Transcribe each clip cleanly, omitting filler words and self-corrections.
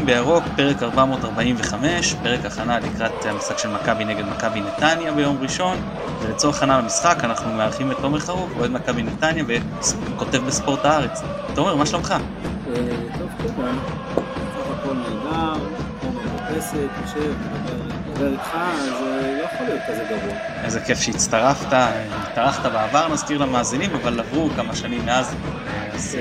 בירוק, פרק 445, פרק הכנה לקראת המשחק של מכבי נגד מכבי נתניה ביום ראשון, ולצורך הכנה למשחק אנחנו מארחים את תומר חרוב, אוהד מכבי נתניה וכותב בספורט הארץ. תומר, מה שלומך? טוב, תודה. סך הכל נהדר, תומר מפסת, יושב, מדבר איתך, אז לא יכול להיות כזה גרוע. איזה כיף שהצטרפת, התארחת בעבר, נזכיר למאזינים, אבל עברו כמה שנים מאז, אז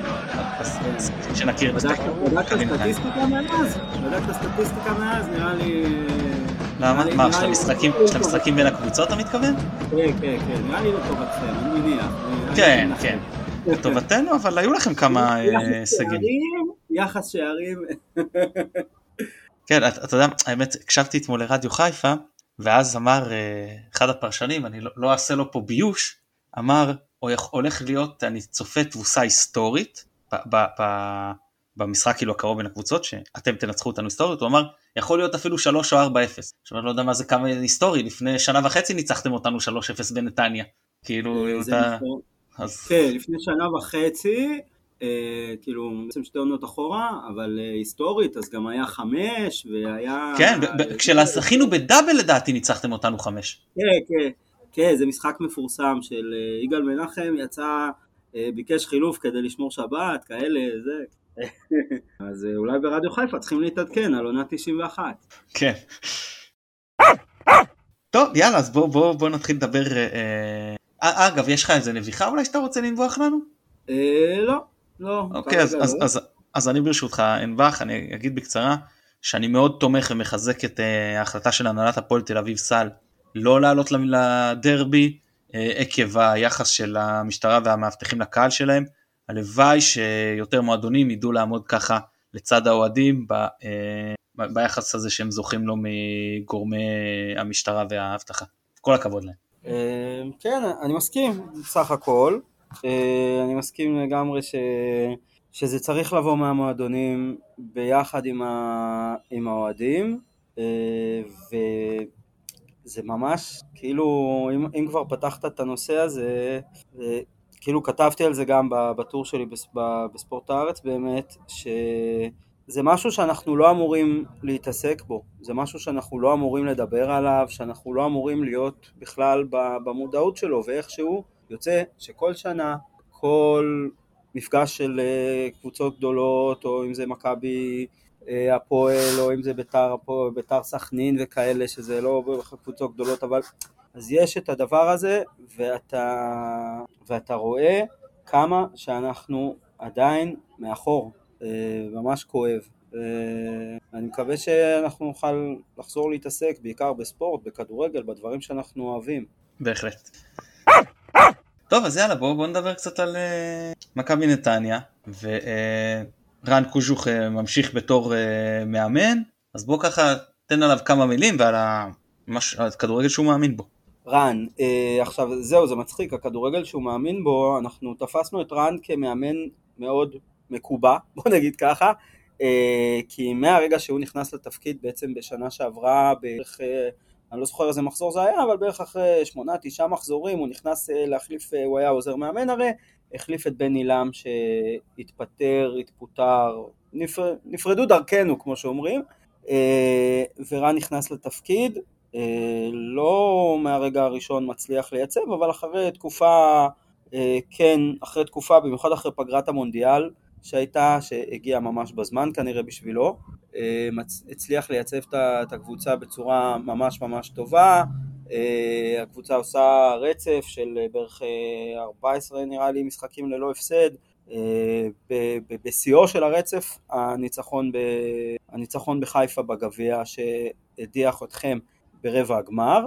שנכיר בדקת הסטטיסטיקה מאז, נראה לי... למה? מה, של המשחקים בין הקבוצות אתה מתכוון? כן, נראה לי לטובתכם, אני מניח. כן, לטובתנו, אבל היו לכם כמה הישגים. יחס שערים. כן, אתה יודע, האמת, הקשבתי אתמול לרדיו חיפה, ואז אמר אחד הפרשנים, אני לא אעשה לו פה ביוש, אמר, הולך להיות, אני צופה תבוסה היסטורית, במשחק כאילו הקרוב בין הקבוצות, שאתם תנצחו אותנו היסטורית, הוא אמר, יכול להיות אפילו 3 או 4-0. עכשיו אני לא יודע מה זה כמה היסטורי, לפני 1.5 שנה ניצחתם אותנו 3-0 בנתניה. כאילו, כן, לפני 1.5 שנה, כאילו, בעצם 2 עונות אחורה, אבל היסטורית, אז גם היה 5, והיה... כן, כשזכינו בדאבל לדעתי ניצחתם אותנו 5. כן, זה משחק מפורסם של יגאל מנחם, יצא, ביקש חילוף כדי לשמור שבת, כאלה, זה... אז אולי ברדיו חיפה צריכים להתעדכן על עונה 91. כן. טוב, יאללה, אז בוא נתחיל לדבר. אגב, יש לך איזה נביחה אולי שאתה רוצה לנבוח לנו? לא. אוקיי, אז אני ברשותך אנבח, אני אגיד בקצרה, שאני מאוד תומך ומחזק את ההחלטה של הנהלת הפועל תל אביב סל, לא לעלות לדרבי, עקב היחס של המשטרה והמאבטחים לקהל שלהם, הלוואי שיותר מועדונים ידעו לעמוד ככה לצד האוהדים ביחס הזה שהם זוכים לו מגורמי המשטרה והאבטחה. כל הכבוד להם. כן, אני מסכים סך הכל. אני מסכים לגמרי שזה צריך לבוא מהמועדונים ביחד עם האוהדים, וזה ממש, כאילו, אם כבר פתחת את הנושא הזה, כאילו כתבתי על זה גם בטור שלי בספורט הארץ באמת, שזה משהו שאנחנו לא אמורים להתעסק בו, זה משהו שאנחנו לא אמורים לדבר עליו, שאנחנו לא אמורים להיות בכלל במודעות שלו, ואיכשהו יוצא שכל שנה, כל מפגש של קבוצות גדולות, או אם זה מכבי הפועל, או אם זה ביתר סכנין וכאלה, שזה לא קבוצות גדולות, אבל אז יש את הדבר הזה, ואתה רואה כמה שאנחנו עדיין מאחור, ממש כואב. אני מקווה שאנחנו נוכל לחזור להתעסק, בעיקר בספורט, בכדורגל, בדברים שאנחנו אוהבים. בהחלט. טוב, אז יאללה, בואו נדבר קצת על מכבי נתניה, ורן קוז'וך ממשיך בתור מאמן, אז בואו ככה תן עליו כמה מילים ועל הכדורגל שהוא מאמין בו. רן, עכשיו זהו, זה מצחיק, הכדורגל שהוא מאמין בו, אנחנו תפסנו את רן כמאמן מאוד מקובע, בוא נגיד ככה, כי מהרגע שהוא נכנס לתפקיד בעצם בשנה שעברה, בערך, אני לא זוכר איזה מחזור זה היה, אבל בערך אחרי 8-9 מחזורים הוא נכנס להחליף, הוא היה עוזר מאמן הרי, החליף את בן אילם התפוטר, נפרדו דרכנו כמו שאומרים, ורן נכנס לתפקיד, לא מהרגע הראשון מצליח לייצב, אבל אחרי תקופה, אחרי תקופה, במיוחד אחרי פגרת המונדיאל שהגיעה ממש בזמן כנראה בשבילו, הצליח לייצב את הקבוצה בצורה ממש ממש טובה. הקבוצה עושה רצף של בערך 14 נראה לי משחקים ללא הפסד, בשיאו של הרצף הניצחון בחיפה בגביע שהדיח אתכם ברבע הגמר,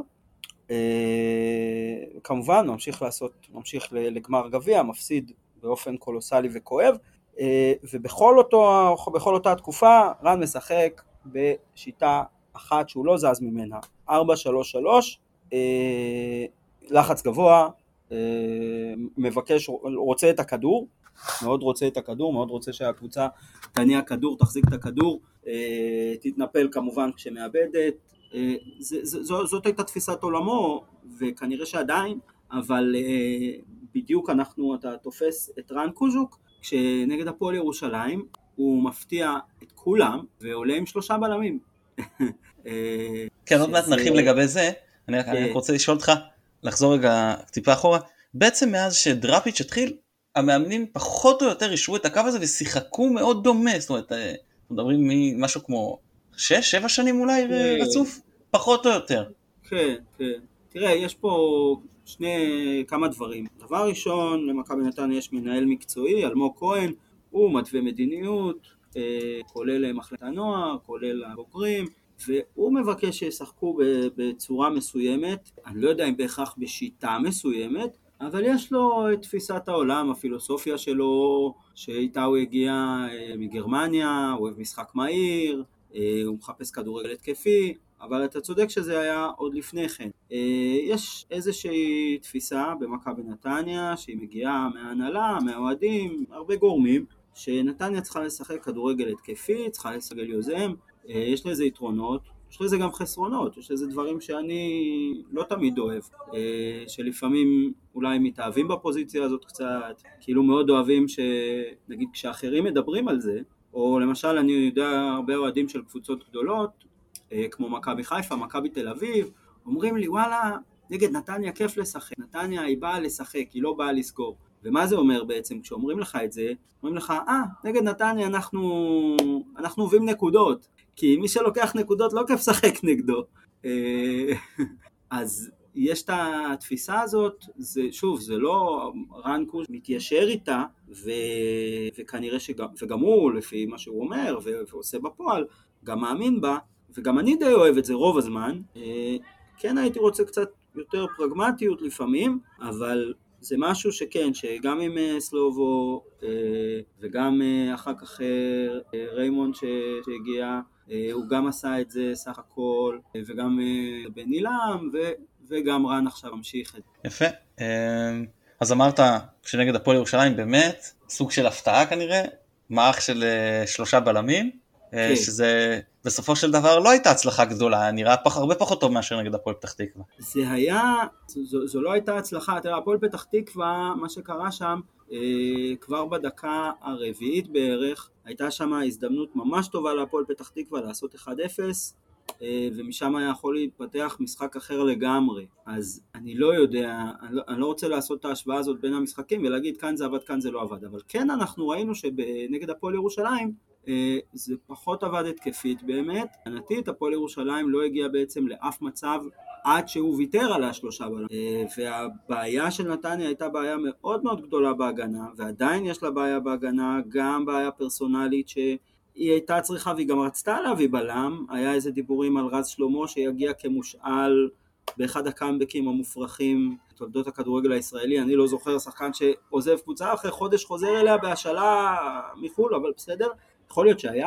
כמובן ממשיך לגמר גביע, מפסיד באופן קולוסלי וכואב, ובכל אותה תקופה רן משחק בשיטה אחת שהוא לא זז ממנה, 4-3-3, לחץ גבוה, רוצה את הכדור, מאוד רוצה שהקבוצה תניע כדור, תחזיק את הכדור, תתנפל כמובן כשמאבדת, זאת הייתה תפיסת עולמו, וכנראה שעדיין, אבל בדיוק אתה תופס את רן קוז'וק, כשנגד הפועל ירושלים, הוא מפתיע את כולם, ועולה עם 3 בלמים. כן, עוד מעט נרחיב לגבי זה, אני רק רוצה לשאול אותך, לחזור רגע טיפה אחורה, בעצם מאז שדראפיץ' התחיל, המאמנים פחות או יותר אישרו את הקו הזה ושיחקו מאוד דומה, זאת אומרת, אנחנו מדברים משהו כמו 6-7 שנים אולי רצוף, פחות או יותר. כן, כן. תראה, יש פה כמה דברים. דבר ראשון, למכבי נתניה יש מנהל מקצועי, אלמוג כהן, הוא מתווה מדיניות, כולל מחלקת הנוער, כולל הבוגרים, והוא מבקש שישחקו בצורה מסוימת, אני לא יודע אם בהכרח בשיטה מסוימת, אבל יש לו את תפיסת העולם, הפילוסופיה שלו, שאיתה הוא הגיע מגרמניה, הוא אוהב משחק מהיר, הוא מחפש כדורגל התקפי, אבל אתה צודק שזה היה עוד לפני כן. יש איזושהי תפיסה במכבי נתניה, שהיא מגיעה מההנהלה, מהאוהדים, הרבה גורמים, שנתניה צריכה לשחק כדורגל התקפי, צריכה לסגל יוזם, יש לזה יתרונות, יש לזה גם חסרונות, יש לזה דברים שאני לא תמיד אוהב, שלפעמים אולי מתאהבים בפוזיציה הזאת קצת, כאילו מאוד אוהבים שנגיד כשאחרים מדברים על זה, או למשל אני יודע הרבה אוהדים של קבוצות גדולות, כמו מכבי חיפה, מכבי תל אביב, אומרים לי וואלה, נגד נתניה כיף לשחק, נתניה היא באה לשחק, היא לא באה לסגור. ומה זה אומר בעצם? כשאומרים לך את זה, אומרים לך, נגד נתניה אנחנו מביאים נקודות, כי מי שלוקח נקודות לא כיף לשחק נגדו. אז יש את התפיסה הזאת, שוב, זה לא רן קוש מתיישר איתה, וכנראה וגם הוא, לפי מה שהוא אומר, ועושה בפועל, גם מאמין בה, וגם אני די אוהב את זה רוב הזמן. כן הייתי רוצה קצת יותר פרגמטיות לפעמים, אבל זה משהו שכן, שגם עם סלובו, וגם אחר כך ריימון שהגיע, הוא גם עשה את זה סך הכל, וגם בן אילם, וגם רן עכשיו ממשיך את זה. יפה. אז אמרת שנגד הפועל ירושלים באמת סוג של הפתעה כנראה, מערך של 3 בלמים, שזה בסופו של דבר לא הייתה הצלחה גדולה, נראה הרבה פחות טוב מאשר נגד הפועל פתח תקווה. זו לא הייתה הצלחה, תראה, הפועל פתח תקווה, מה שקרה שם, כבר בדקה הרביעית בערך, הייתה שם הזדמנות ממש טובה להפועל פתח תקווה לעשות 1-0, ומשם היה יכול להתפתח משחק אחר לגמרי. אז אני לא יודע, אני לא רוצה לעשות את ההשוואה הזאת בין המשחקים ולהגיד כאן זה עבד, כאן זה לא עבד, אבל כן אנחנו ראינו שנגד הפועל ירושלים זה פחות עבד התקפית באמת. ענתית, הפועל ירושלים לא הגיע בעצם לאף מצב עד שהוא ויתר על 3 בלמים, והבעיה של נתניה הייתה בעיה מאוד מאוד גדולה בהגנה, ועדיין יש לה בעיה בהגנה, גם בעיה פרסונלית שהיא הייתה צריכה, והיא גם רצתה להביא בלם. היה איזה דיבורים על רז שלמה שיגיע כמושאל באחד הקאמבקים המופרכים בתולדות הכדורגל הישראלי. אני לא זוכר שחקן שעוזב קבוצה אחרי חודש חוזר אליה בהשאלה מחול, אבל בסדר, יכול להיות שהיה.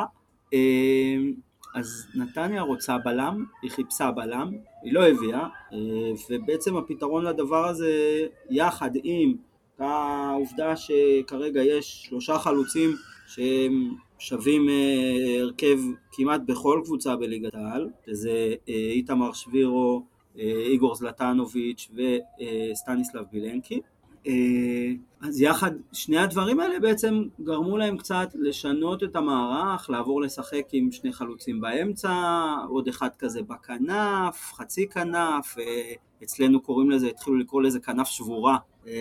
אז נתניה רוצה בלם, היא חיפשה בלם, היא לא הביאה, ובעצם הפתרון לדבר הזה, יחד עם העובדה שכרגע יש 3 חלוצים שהם שווים הרכב כמעט בכל קבוצה בליגת העל, שזה איתמר שבירו, איגור זלטנוביץ' וסטניסלב בילנקי. אז יחד שני הדברים האלה בעצם גרמו להם קצת לשנות את המערך, לעבור לשחק עם 2 חלוצים באמצע, עוד אחד כזה בכנף, חצי כנף, אצלנו קוראים לזה, התחילו לקרוא לזה כנף שבורה,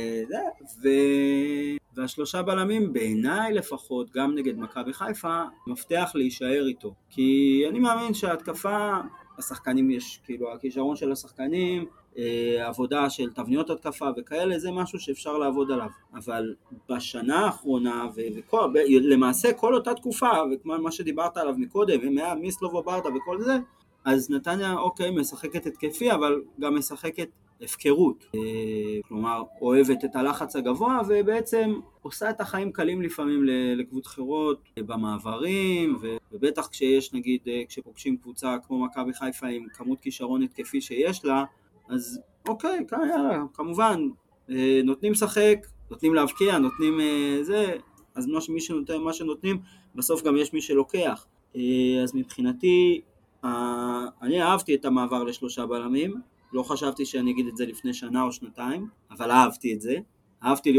וה3 בלמים בעיניי לפחות, גם נגד מכבי חיפה, מפתח להישאר איתו, כי אני מאמין שההתקפה, השחקנים יש, כאילו הכישרון של השחקנים, עבודה של תבניות התקפה וכאלה, זה משהו שאפשר לעבוד עליו. אבל בשנה האחרונה, ולמעשה כל אותה תקופה, וכמו מה שדיברת עליו מקודם, מסלובו ברדה וכל זה, אז נתניה, אוקיי, משחקת התקפי, אבל גם משחקת הפקרות. כלומר, אוהבת את הלחץ הגבוה, ובעצם עושה את החיים קלים לפעמים לקבוצות אחרות, במעברים, ובטח כשיש, נגיד, כשפוגשים קבוצה כמו מכבי חיפה עם כמות כישרון התקפי שיש לה, אז אוקיי, יאללה, כמובן, נותנים שחק, נותנים להבקיע, נותנים זה, אז מי שנותן מה שנותנים, בסוף גם יש מי שלוקח. אז מבחינתי, אני אהבתי את המעבר ל3 בלמים, לא חשבתי שאני אגיד את זה לפני שנה או שנתיים, אבל אהבתי את זה. אהבתי לראות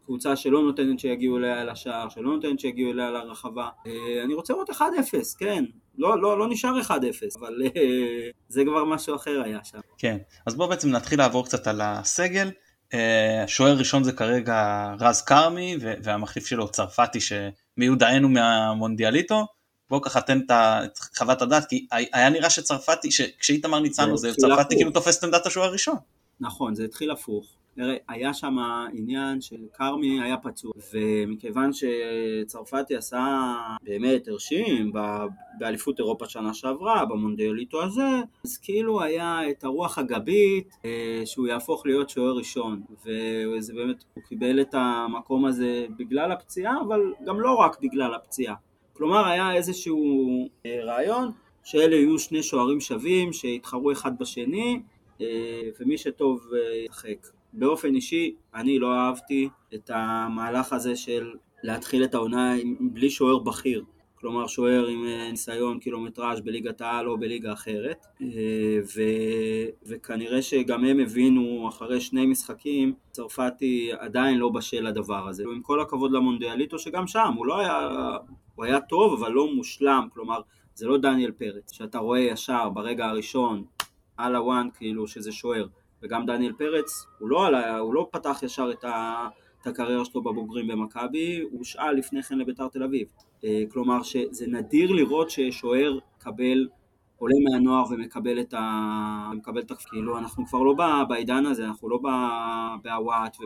קבוצה שלא נותנת שיגיעו אליה לשער, שלא נותנת שיגיעו אליה לרחבה. אני רוצה לראות 1-0, כן. לא נשאר 1-0, אבל זה כבר משהו אחר היה שם. כן, אז בואו בעצם נתחיל לעבור קצת על הסגל. השוער ראשון זה כרגע רז קרמי, והמחליף שלו צרפתי שמיודענו מהמונדיאליטו. בואו ככה תן את חוות הדעת, כי היה נראה שצרפתי, כשאיתמר ניצן זה צרפתי כאילו תופס את עמדת השוער הראשון. נכון, זה התחיל הפוך. היה שם עניין של קרמי היה פצוע, ומכיוון שצרפתי עשה באמת הרשים באליפות אירופה שנה שעברה, במונדיאליטו הזה, אז כאילו היה את הרוח הגבית שהוא יהפוך להיות שוער ראשון, וזה באמת, הוא קיבל את המקום הזה בגלל הפציעה, אבל גם לא רק בגלל הפציעה. כלומר היה איזשהו רעיון שאלה יהיו שני שוערים שווים שהתחרו אחד בשני, ומי שטוב ישחק. באופן אישי אני לא אהבתי את המהלך הזה של להתחיל את העונה בלי שוער בכיר, כלומר שוער עם ניסיון קילומטראז' בליגת העל או בליגה אחרת, וכנראה שגם הם הבינו אחרי 2 משחקים צרפתי עדיין לא בשל לדבר הזה, עם כל הכבוד למונדיאליטו שגם שם הוא היה טוב אבל לא מושלם, כלומר זה לא דניאל פרץ שאתה רואה ישר ברגע הראשון על הוואן כאילו שזה שוער, וגם דניאל פרץ הוא לא פתח ישר את הקריירה שלו בבוגרים במכבי, הוא הושאל לפני כן לביתר תל אביב, כלומר שזה נדיר לראות ששוער עולה מהנוער ומקבל את כאילו אנחנו כבר לא בעידן הזה, אנחנו לא בהוואט,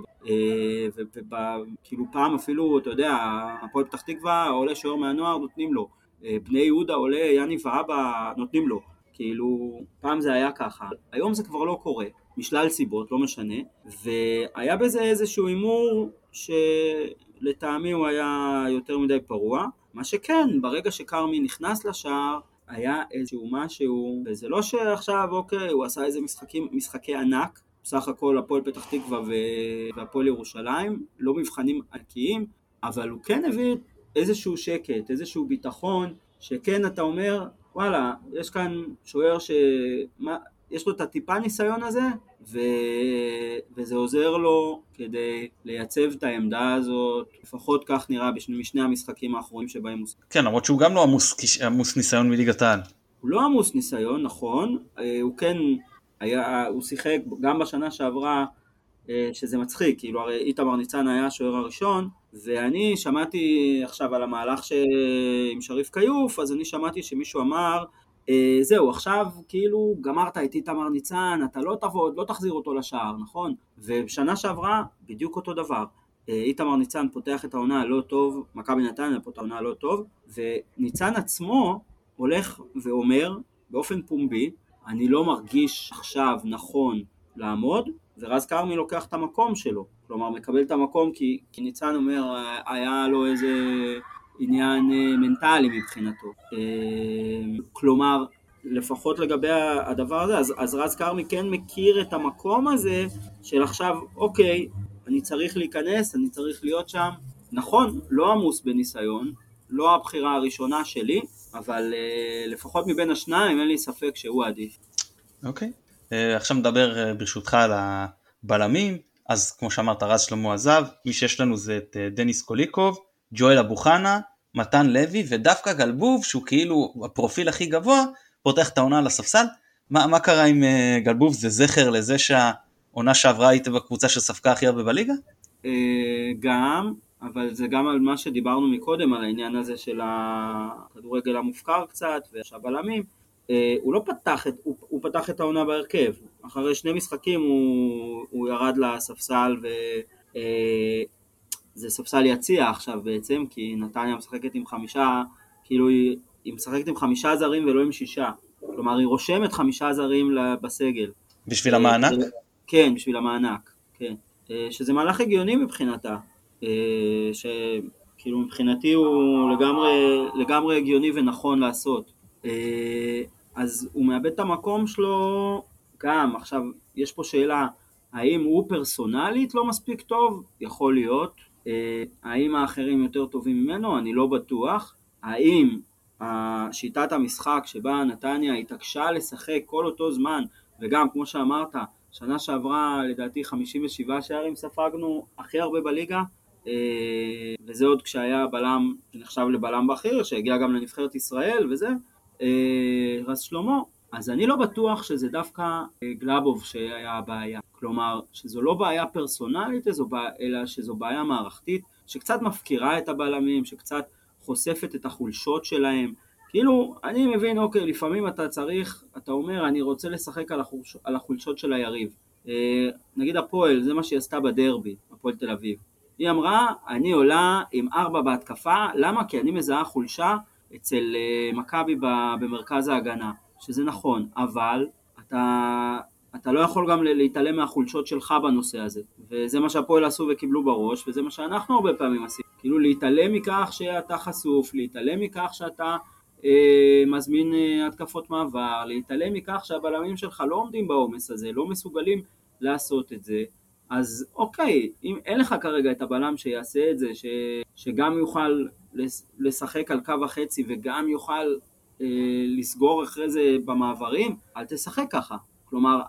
כאילו פעם אפילו אתה יודע הפועל פתח תקווה עולה שוער מהנוער נותנים לו, בני יהודה עולה יני ואבא נותנים לו, כאילו פעם זה היה ככה, היום זה כבר לא קורה משלל סיבות, לא משנה, והיה בזה איזשהו אימור שלטעמי הוא היה יותר מדי פרוע, מה שכן ברגע שקרמי נכנס לשער היה איזשהו משהו, וזה לא שעכשיו אוקיי הוא עשה איזה משחקי ענק, בסך הכל הפועל פתח תקווה והפועל ירושלים לא מבחנים ענקיים, אבל הוא כן הביא איזשהו שקט, איזשהו ביטחון, שכן אתה אומר וואלה, יש כאן שוער יש לו את הטיפה ניסיון הזה, וזה עוזר לו כדי לייצב את העמדה הזאת, לפחות כך נראה משני המשחקים האחרונים שבהם הוא... כן, למרות שהוא גם לא עמוס ניסיון מליגת העל. הוא לא עמוס ניסיון, נכון, הוא כן, הוא שיחק גם בשנה שעברה, שזה מצחיק, כאילו הרי איתמר ניצן היה השוער הראשון, ואני שמעתי עכשיו על המהלך עם שריף קיוף, אז אני שמעתי שמישהו אמר, זהו, עכשיו כאילו גמרת את איתמר ניצן, אתה לא תבוא, לא תחזיר אותו לשער, נכון? ובשנה שעברה בדיוק אותו דבר, איתמר ניצן פותח את העונה לא טוב, מכבי נתניה פותח את העונה לא טוב, וניצן עצמו הולך ואומר באופן פומבי, אני לא מרגיש עכשיו נכון לעמוד, ורז קרמי לוקח את המקום שלו, כלומר מקבל את המקום כי ניצן אומר היה לו איזה עניין מנטלי מבחינתו, כלומר לפחות לגבי הדבר הזה, אז רז קרמי כן מכיר את המקום הזה של עכשיו אוקיי, אני צריך להיכנס, אני צריך להיות שם, נכון, לא עמוס בניסיון, לא הבחירה הראשונה שלי, אבל לפחות מבין השניים אין לי ספק שהוא עדיף. אוקיי, עכשיו נדבר ברשותך על הבלמים, אז כמו שאמרת רז שלמה עזב, מי שיש לנו זה את דניס קוליקוב, ג'ואל אבו חנה, מתן לוי ודווקא גלבוב שהוא כאילו הפרופיל הכי גבוה, פותח את העונה על הספסל. מה קרה עם גלבוב? זה זכר לזה שהעונה שעברה הייתה בקבוצה שספקה הכי הרבה בליגה? גם, אבל זה גם על מה שדיברנו מקודם, על העניין הזה של הכדורגל המופקר קצת והבלמים. הוא לא פתח הוא פתח את העונה בהרכב, אחרי 2 משחקים הוא ירד לספסל, זה ספסל יציע עכשיו בעצם, כי נתניה משחקת עם 5, כאילו היא משחקת עם 5 זרים ולא עם 6, כלומר היא רושמת 5 זרים בסגל. בשביל המענק? כן, בשביל המענק, כן. שזה מהלך הגיוני מבחינתה, שכאילו מבחינתי הוא לגמרי הגיוני ונכון לעשות. אז הוא מאבד את המקום שלו גם, עכשיו יש פה שאלה, האם הוא פרסונלית לא מספיק טוב? יכול להיות. האם האחרים יותר טובים ממנו? אני לא בטוח. האם שיטת המשחק שבה נתניה התעקשה לשחק כל אותו זמן, וגם כמו שאמרת, שנה שעברה לדעתי 57 שערים ספגנו, הכי הרבה בליגה, וזה עוד כשהיה בלם שנחשב לבלם בכיר, שהגיע גם לנבחרת ישראל וזה, רז שלמה. אז אני לא בטוח שזה דווקא גלאבוב שהיה הבעיה. כלומר, שזו לא בעיה פרסונלית, אלא שזו בעיה מערכתית, שקצת מפקירה את הבלמים, שקצת חושפת את החולשות שלהם. כאילו, אני מבין, אוקיי, לפעמים אתה אומר, אני רוצה לשחק על החולשות של היריב. נגיד הפועל, זה מה שהיא עשתה בדרבי, הפועל תל אביב. היא אמרה, אני עולה עם 4 בהתקפה, למה? כי אני מזהה חולשה אצל מכבי במרכז ההגנה, שזה נכון, אבל אתה לא יכול גם להתעלם מהחולשות שלך בנושא הזה, וזה מה שהפועל עשו וקיבלו בראש, וזה מה שאנחנו הרבה פעמים עשינו, כאילו להתעלם מכך שאתה חשוף, להתעלם מכך שאתה מזמין התקפות מעבר, להתעלם מכך שהבלמים שלך לא עומדים בעומס הזה, לא מסוגלים לעשות את זה. אז אוקיי, אם אין לך כרגע את הבלם שיעשה את זה, שגם יוכל לשחק על קו החצי וגם יוכל לסגור אחרי זה במעברים, אל תשחק ככה. כלומר,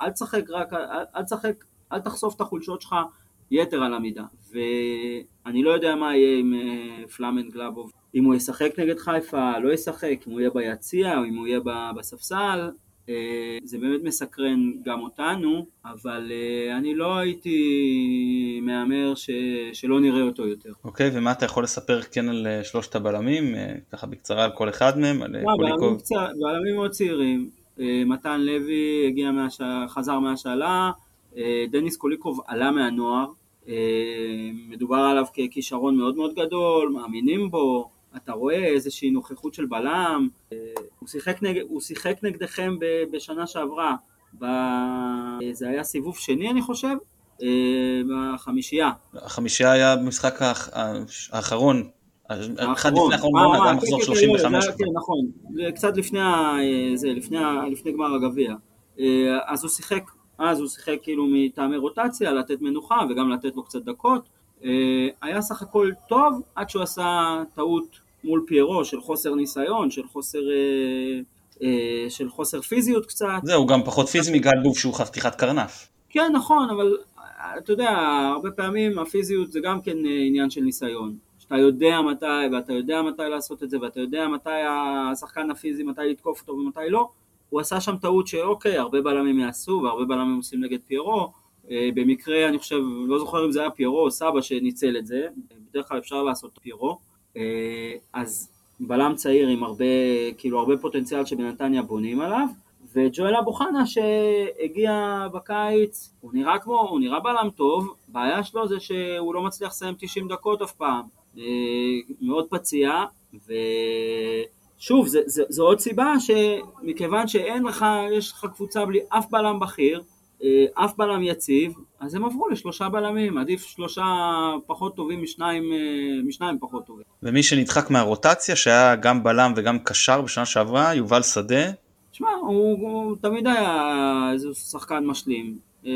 אל תחשוף את החולשות שלך יתר על המידה. ואני לא יודע מה יהיה עם פלאמן גלאבוב, אם הוא ישחק נגד חיפה, לא ישחק, אם הוא יהיה ביציע או אם הוא יהיה בספסל. זה באמת מסקרן גם אותנו, אבל אני לא הייתי מאמר שלא נראה אותו יותר. אוקיי, ומה אתה יכול לספר כן על שלושת הבלמים, ככה בקצרה על כל אחד מהם? בלמים מאוד צעירים, מתן לוי חזר מהשאלה, דניס קוליקוב עלה מהנוער, מדובר עליו ככישרון מאוד מאוד גדול, מאמינים בו, אתה רואה איזושהי נוכחות של בלם, הוא שיחק נגדכם בשנה שעברה, זה היה סיבוב שני אני חושב, בחמישייה. החמישייה היה במשחק האחרון, אחד לפני האחרון, היה מחזור 35. כן, נכון, קצת לפני גמר הגביע. אז הוא שיחק כאילו מטעמי רוטציה, לתת מנוחה וגם לתת לו קצת דקות. היה סך הכל טוב עד שהוא עשה טעות מול פיירו של חוסר ניסיון, של חוסר פיזיות קצת. זהו, גם פחות פיזי מגלבוב שהוא חתיכת קרנף. כן, נכון, אבל אתה יודע, הרבה פעמים הפיזיות זה גם כן עניין של ניסיון. שאתה יודע מתי, ואתה יודע מתי לעשות את זה, ואתה יודע מתי השחקן הפיזי, מתי לתקוף אותו ומתי לא. הוא עשה שם טעות שאוקיי, הרבה בלמים יעשו, והרבה בלמים עושים נגד פיירו. במקרה, אני חושב, לא זוכר אם זה היה פיירו או סבא שניצל את זה, בדרך כלל אפשר לעשות פיירו. אז בלם צעיר עם הרבה פוטנציאל שבנתניה בונים עליו, וג'ואל אבו חנה שהגיע בקיץ, הוא נראה בלם טוב, בעיה שלו זה שהוא לא מצליח לסיים 90 דקות אף פעם, מאוד פציע, ושוב, זו עוד סיבה שמכיוון יש לך קבוצה בלי אף בלם בכיר, אף בלם יציב, אז הם עברו לשלושה בלמים, עדיף שלושה פחות טובים משניים פחות טובים. ומי שנדחק מהרוטציה, שהיה גם בלם וגם קשר בשנה שעברה, יובל שדה. תשמע, הוא תמיד היה איזה שחקן משלים, הוא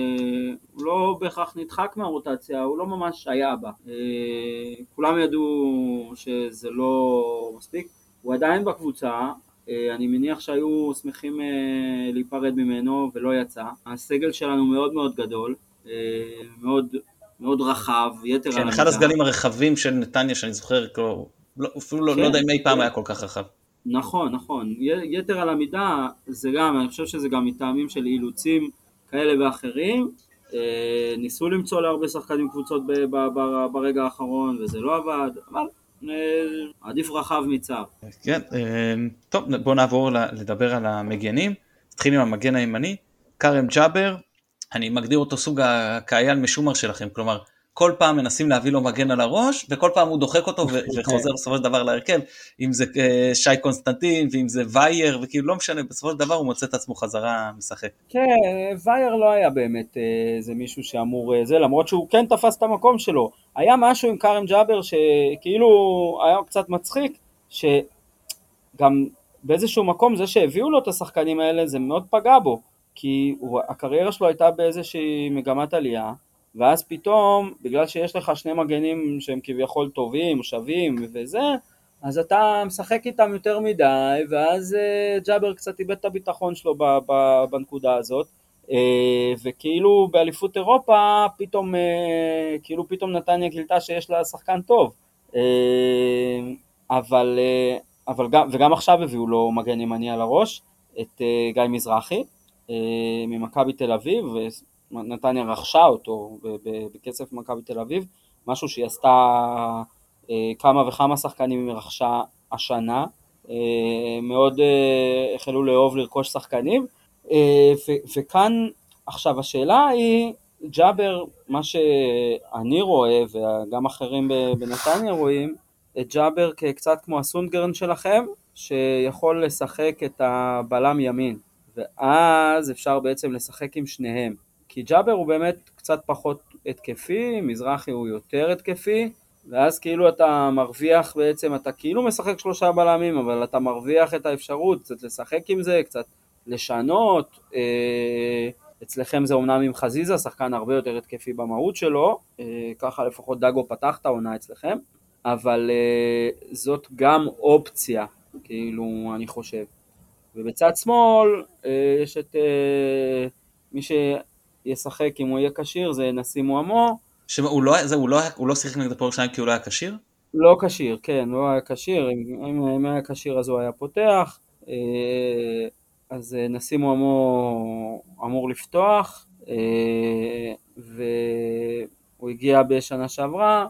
לא בהכרח נדחק מהרוטציה, הוא לא ממש היה בה, כולם ידעו שזה לא מספיק, הוא עדיין בקבוצה, אני מניח שהיו שמחים להיפרד ממנו ולא יצא. הסגל שלנו מאוד מאוד גדול, מאוד, מאוד רחב, יתר על המידה. אחד הסגלים הרחבים של נתניה שאני זוכר, אפילו לא יודע אם אי פעם היה כל כך רחב. נכון, יתר על המידה, אני חושב שזה גם מטעמים של אילוצים כאלה ואחרים, ניסו למצוא להרבה שחקנים קבוצות ברגע האחרון וזה לא עבד, אבל עדיף רחב מצער. כן, טוב, בוא נעבור לדבר על המגנים. נתחיל עם המגן הימני, קרם ג'אבר. אני מגדיר אותו סוג הקהיין משומר שלכם, כלומר כל פעם מנסים להביא לו מגן על הראש, וכל פעם הוא דוחק אותו וחוזר בסופו של דבר להרכב, אם זה שי קונסטנטין, ואם זה וייר, וכאילו לא משנה, בסופו של דבר הוא מוצא את עצמו חזרה משחק. כן, וייר לא היה באמת זה מישהו שאמור זה, למרות שהוא כן תפס את המקום שלו. היה משהו עם קרם ג'אבר שכאילו היה קצת מצחיק, שגם באיזשהו מקום זה שהביאו לו את השחקנים האלה, זה מאוד פגע בו, כי הקריירה שלו הייתה באיזושהי מגמת עלייה, ואז פתאום, בגלל שיש לך שני מגנים שהם כביכול טובים, שווים וזה, אז אתה משחק איתם יותר מדי, ואז ג'אבר קצת איבד את הביטחון שלו בנקודה הזאת. וכאילו באליפות אירופה פתאום, כאילו פתאום נתניה גילתה שיש לה שחקן טוב, אבל, וגם עכשיו הביאו לו מגן ימני על הראש, את גיא מזרחי ממכבי תל אביב, ונתניה רכשה אותו בכסף מכבי תל אביב, משהו שהיא עשתה כמה וכמה שחקנים היא רכשה השנה, מאוד החלו לאהוב לרכוש שחקנים, וכאן עכשיו השאלה היא, ג'אבר, מה שאני רואה וגם אחרים בנתניה רואים, את ג'אבר כקצת כמו הסונגרן שלכם, שיכול לשחק את הבלם ימין, ואז אפשר בעצם לשחק עם שניהם, כי ג'אבר הוא באמת קצת פחות התקפי, מזרחי הוא יותר התקפי, ואז כאילו אתה מרוויח בעצם, אתה כאילו משחק 3 בלמים, אבל אתה מרוויח את האפשרות קצת לשחק עם זה, קצת לשנות, אצלכם זה אומנם עם חזיזה, שחקן הרבה יותר התקפי במהות שלו, ככה לפחות דגו פתח את העונה אצלכם, אבל זאת גם אופציה, כאילו אני חושב. ובצד שמאל יש את מי שישחק אם הוא יהיה קשיר, זה נסים מועמו. הוא לא שיחק נגד הפועל ירושלים כי הוא לא היה קשיר? לא קשיר, כן, לא היה קשיר, אם היה קשיר אז הוא היה פותח, אז נסים מועמו אמור לפתוח, והוא הגיע בשנה שעברה,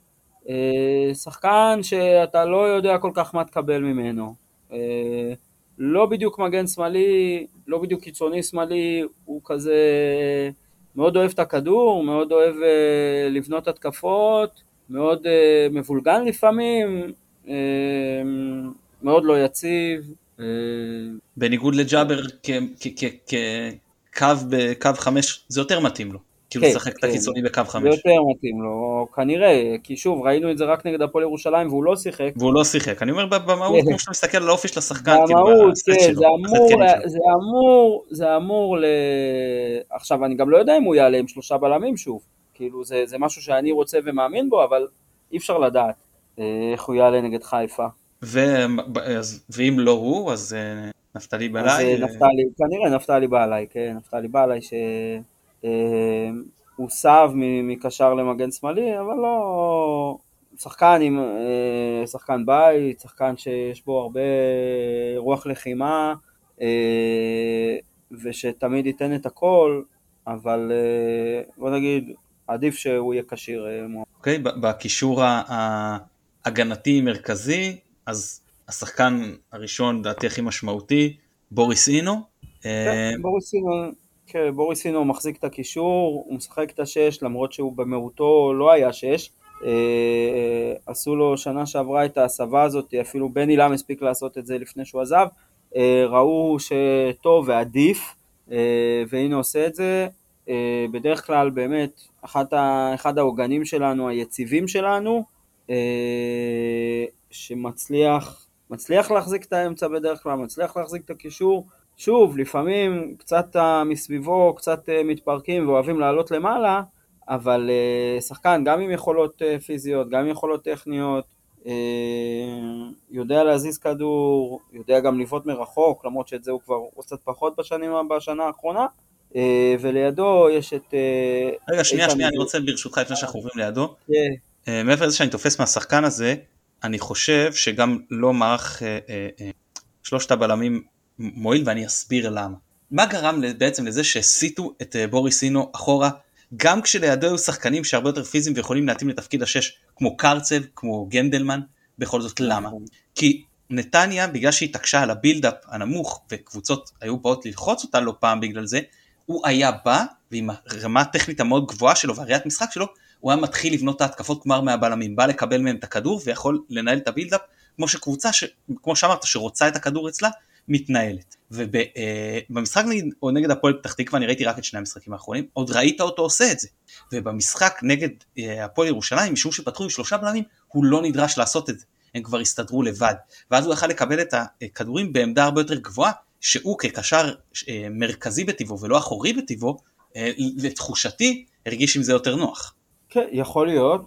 שחקן שאתה לא יודע כל כך מה תקבל ממנו, לא בדיוק מגן שמאלי, לא בדיוק קיצוני שמאלי, הוא כזה מאוד אוהב את הכדור, מאוד אוהב לבנות התקפות, מאוד מבולגן לפעמים, מאוד לא יציב. בניגוד לג'אבר כקו 5 זה יותר מתאים לו, כאילו לשחק את הקיצוני בקו 5. זה יותר מתאים לו, כנראה, כי שוב ראינו את זה רק נגד הפועל ירושלים והוא לא שיחק. אני אומר במהות כמו שאתה מסתכל על האופי של השחקן, במהות, כן, זה אמור עכשיו אני גם לא יודע אם הוא יעלה עם 3 בלמים שוב, כאילו זה משהו שאני רוצה ומאמין בו, אבל אי אפשר לדעת איך הוא יעלה נגד חיפה. ואם לא הוא, אז נפתלי בעלי? כנראה נפתלי בעלי, כן, נפתלי בעלי שהוא סב מקשר למגן שמאלי, אבל לא שחקן בית, שחקן שיש בו הרבה רוח לחימה, ושתמיד ייתן את הכל, אבל בוא נגיד, עדיף שהוא יהיה קשיר. אוקיי, בקישור ההגנתי מרכזי, אז השחקן הראשון, דעתי הכי משמעותי, בוריס אינו. בוריס אינו מחזיק את הקישור, הוא משחק את השש, למרות שהוא במהותו לא היה שש. עשו לו שנה שעברה את ההסבה הזאת, אפילו בן אילם הספיק לעשות את זה לפני שהוא עזב. ראו שטוב ועדיף, והנה עושה את זה. בדרך כלל באמת, אחד העוגנים שלנו, היציבים שלנו, שמצליח להחזיק את האמצע בדרך כלל, מצליח להחזיק את הקישור. שוב, לפעמים קצת מסביבו, קצת מתפרקים ואוהבים לעלות למעלה, אבל שחקן גם עם יכולות פיזיות, גם עם יכולות טכניות, יודע להזיז כדור, יודע גם לבעוט מרחוק, למרות שאת זה הוא כבר קצת פחות בשנה האחרונה, ולידו יש את... רגע, שנייה, אני רוצה ברשותך לפני שאנחנו עוברים לידו. מעבר לזה שאני תופס מהשחקן הזה, אני חושב שגם לא מערך 3 הבלמים מועיל, ואני אסביר למה. מה גרם בעצם לזה שהסיטו את בוריס אינו אחורה, גם כשלידו היו שחקנים שהרבה יותר פיזיים ויכולים להתאים לתפקיד השש, כמו קרצב, כמו גנדלמן, בכל זאת למה? כי נתניה, בגלל שהיא תקשה על הבילדאפ הנמוך, וקבוצות היו באות ללחוץ אותה לא פעם בגלל זה, הוא היה בא, ועם הרמה הטכנית המאוד גבוהה שלו, והראיית משחק שלו, הוא היה מתחיל לבנות את ההתקפות כבר מהבלמים, בא לקבל מהם את הכדור, ויכול לנהל את הבילדאפ, כמו שקבוצה, כמו שאמרת, שרוצה את הכדור אצלה, מתנהלת. ובמשחק נגד הפועל פתח תקווה, אני ראיתי רק את 2 המשחקים האחרונים, עוד ראית אותו עושה את זה. ובמשחק נגד הפועל ירושלים, משום שפתחו עם 3 בלמים, הוא לא נדרש לעשות את זה. הם כבר הסתדרו לבד. ואז הוא יכל לקבל את הכדורים בעמדה הרבה יותר גבוהה, שהוא כקשר מרכזי בטבעו ולא אחורי בטבעו, לתחושתי הרגיש עם זה יותר נוח. כן, יכול להיות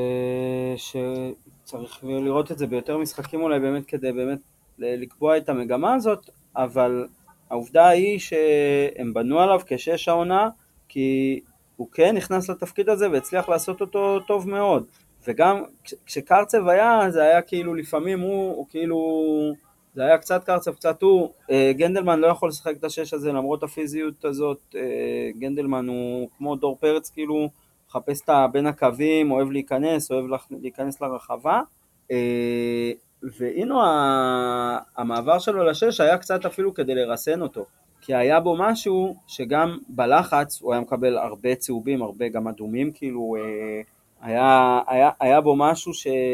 שצריך לראות את זה ביותר משחקים אולי באמת כדי באמת לקבוע את המגמה הזאת, אבל העובדה היא שהם בנו עליו כשש העונה, כי הוא כן נכנס לתפקיד הזה והצליח לעשות אותו טוב מאוד. וגם כשקרצב היה, זה היה כאילו לפעמים הוא כאילו, זה היה קצת קרצב, קצת הוא. גנדלמן לא יכול לשחק את השש הזה למרות הפיזיות הזאת. גנדלמן הוא כמו דור פרץ, כאילו מחפש את בין הקווים, אוהב להיכנס, אוהב להיכנס לרחבה. והנה המעבר שלו לשש היה קצת אפילו כדי לרסן אותו, כי היה בו משהו שגם בלחץ הוא היה מקבל הרבה צהובים, הרבה גם אדומים, כאילו היה בו משהו